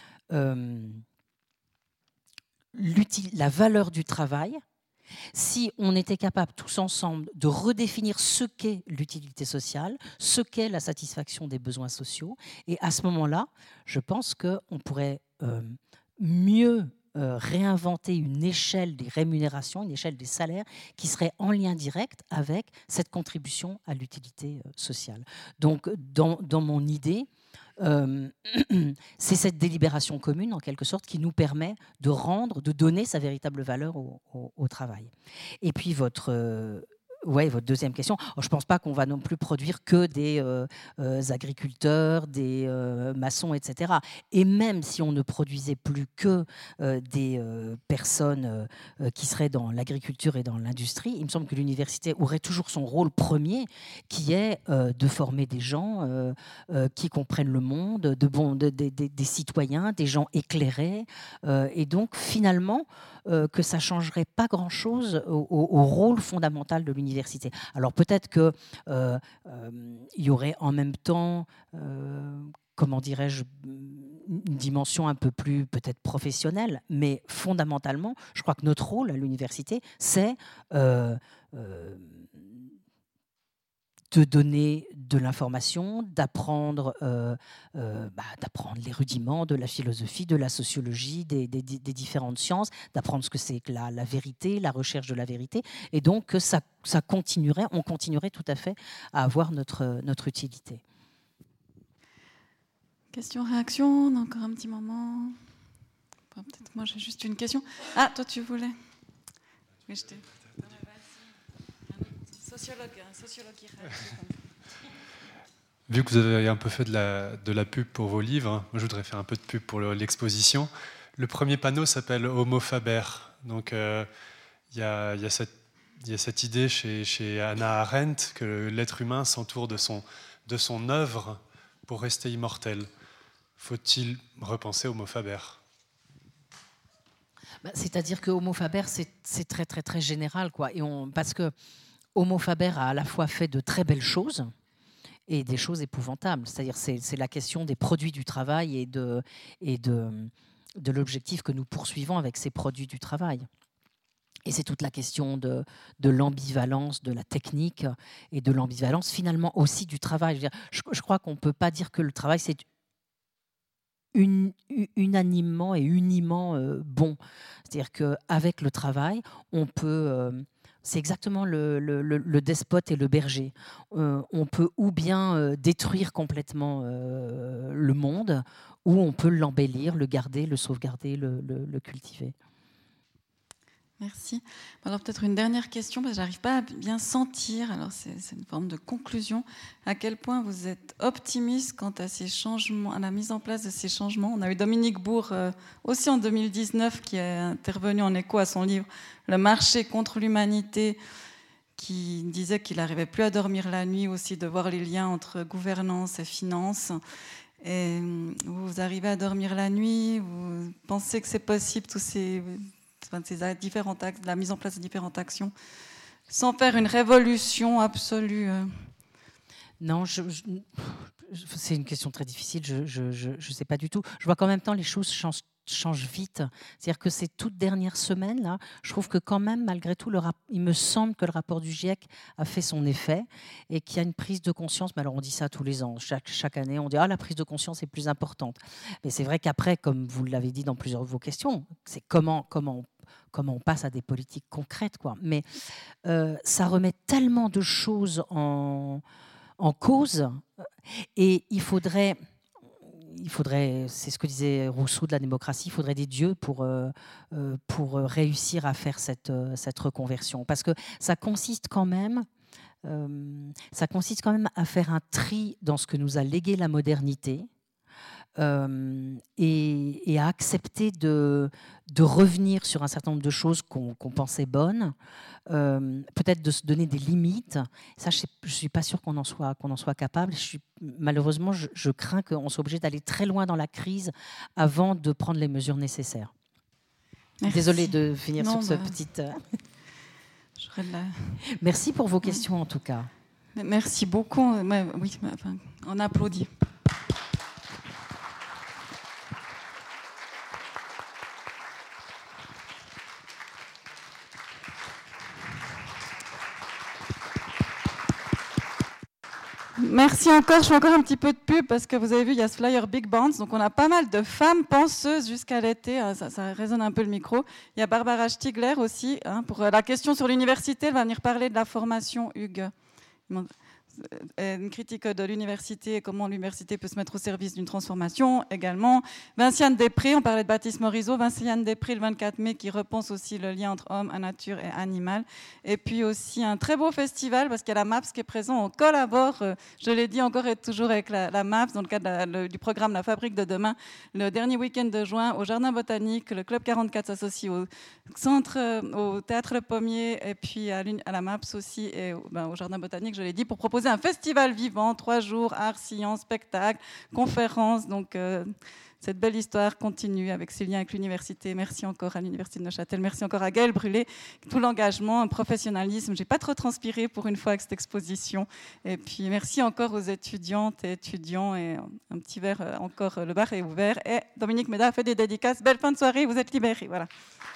la valeur du travail, si on était capable tous ensemble de redéfinir ce qu'est l'utilité sociale, ce qu'est la satisfaction des besoins sociaux, et à ce moment-là, je pense qu'on pourrait mieux réinventer une échelle des rémunérations, une échelle des salaires qui serait en lien direct avec cette contribution à l'utilité sociale. Donc, dans mon idée, c'est cette délibération commune, en quelque sorte, qui nous permet de donner sa véritable valeur au travail. Et puis votre deuxième question. Je ne pense pas qu'on va non plus produire que des agriculteurs, des maçons, etc. Et même si on ne produisait plus que des personnes qui seraient dans l'agriculture et dans l'industrie, il me semble que l'université aurait toujours son rôle premier, qui est de former des gens qui comprennent le monde, des citoyens, des gens éclairés. Et donc, finalement, que ça ne changerait pas grand-chose au rôle fondamental de l'université. Alors peut-être qu'il y aurait en même temps, comment dirais-je, une dimension un peu plus peut-être professionnelle, mais fondamentalement, je crois que notre rôle à l'université, c'est de donner de l'information, d'apprendre les rudiments de la philosophie, de la sociologie, des différentes sciences, d'apprendre ce que c'est que la vérité, la recherche de la vérité, et donc que on continuerait tout à fait à avoir notre utilité. Question, réaction, on a encore un petit moment. Enfin, peut-être moi j'ai juste une question. Ah, toi tu voulais. Oui, je t'ai... Sociologue qui réagit. Vu que vous avez un peu fait de la pub pour vos livres, moi je voudrais faire un peu de pub pour l'exposition. Le premier panneau s'appelle Homo Faber. Donc il y a cette idée chez Hannah Arendt que l'être humain s'entoure de son œuvre pour rester immortel. Faut-il repenser Homo Faber ? C'est-à-dire que Homo Faber, c'est très très très général, quoi. Parce que Homo Faber a à la fois fait de très belles choses et des choses épouvantables. C'est-à-dire c'est la question des produits du travail et de l'objectif que nous poursuivons avec ces produits du travail. Et c'est toute la question de l'ambivalence de la technique et de l'ambivalence finalement aussi du travail. Je crois qu'on ne peut pas dire que le travail c'est unanimement et uniment bon. C'est-à-dire qu'avec le travail, on peut... c'est exactement le despote et le berger. On peut ou bien détruire complètement le monde, ou on peut l'embellir, le garder, le sauvegarder, le cultiver. Merci. Alors peut-être une dernière question, parce que j'arrive pas à bien sentir, alors c'est une forme de conclusion, à quel point vous êtes optimiste quant à ces changements, à la mise en place de ces changements. On a eu Dominique Bourg aussi en 2019 qui est intervenu en écho à son livre « Le marché contre l'humanité », qui disait qu'il n'arrivait plus à dormir la nuit aussi, de voir les liens entre gouvernance et finance. Et vous arrivez à dormir la nuit, vous pensez que c'est possible, tous ces différents axes, la mise en place de différentes actions, sans faire une révolution absolue? Non, c'est une question très difficile, je ne sais pas du tout. Je vois qu'en même temps, les choses changent vite. C'est-à-dire que ces toutes dernières semaines, là, je trouve que quand même, malgré tout, il me semble que le rapport du GIEC a fait son effet et qu'il y a une prise de conscience. Mais alors, on dit ça tous les ans. Chaque année, on dit « Ah, la prise de conscience est plus importante ». Mais c'est vrai qu'après, comme vous l'avez dit dans plusieurs de vos questions, c'est comment on passe à des politiques concrètes, quoi. Mais ça remet tellement de choses en cause, et il faudrait, c'est ce que disait Rousseau de la démocratie, il faudrait des dieux pour réussir à faire cette reconversion. Parce que ça consiste quand même à faire un tri dans ce que nous a légué la modernité, et à accepter de revenir sur un certain nombre de choses qu'on pensait bonnes, peut-être de se donner des limites. Ça, je ne suis pas sûre qu'on en soit capable. Malheureusement, je crains qu'on soit obligé d'aller très loin dans la crise avant de prendre les mesures nécessaires. Merci. Désolée de finir sur ce petit... Merci pour vos questions, en tout cas. Merci beaucoup. Oui, on applaudit. Merci encore. Je fais encore un petit peu de pub parce que vous avez vu, il y a ce flyer Big Bounce. Donc, on a pas mal de femmes penseuses jusqu'à l'été. Ça résonne un peu le micro. Il y a Barbara Stigler aussi. Pour la question sur l'université, elle va venir parler de la formation Hugues. Une critique de l'université et comment l'université peut se mettre au service d'une transformation également. Vinciane Després, on parlait de Baptiste Morisot. Vinciane Després, le 24 mai, qui repense aussi le lien entre homme, nature et animal. Et puis aussi un très beau festival, parce qu'il y a la MAPS qui est présent. On collabore, je l'ai dit encore et toujours, avec la MAPS, dans le cadre du programme La Fabrique de demain. Le dernier week-end de juin, au Jardin Botanique, le Club 44 s'associe au Théâtre Le Pommier, et puis à la MAPS aussi, et au Jardin Botanique, je l'ai dit, pour proposer un festival vivant, 3 jours, art, sciences, spectacles, conférences. Donc, cette belle histoire continue avec ses liens avec l'université. Merci encore à l'Université de Neuchâtel. Merci encore à Gaëlle Brûlé. Tout l'engagement, un professionnalisme. Je n'ai pas trop transpiré pour une fois avec cette exposition. Et puis, merci encore aux étudiantes et étudiants. Et un petit verre encore, le bar est ouvert. Et Dominique Méda a fait des dédicaces. Belle fin de soirée, vous êtes libérés. Voilà.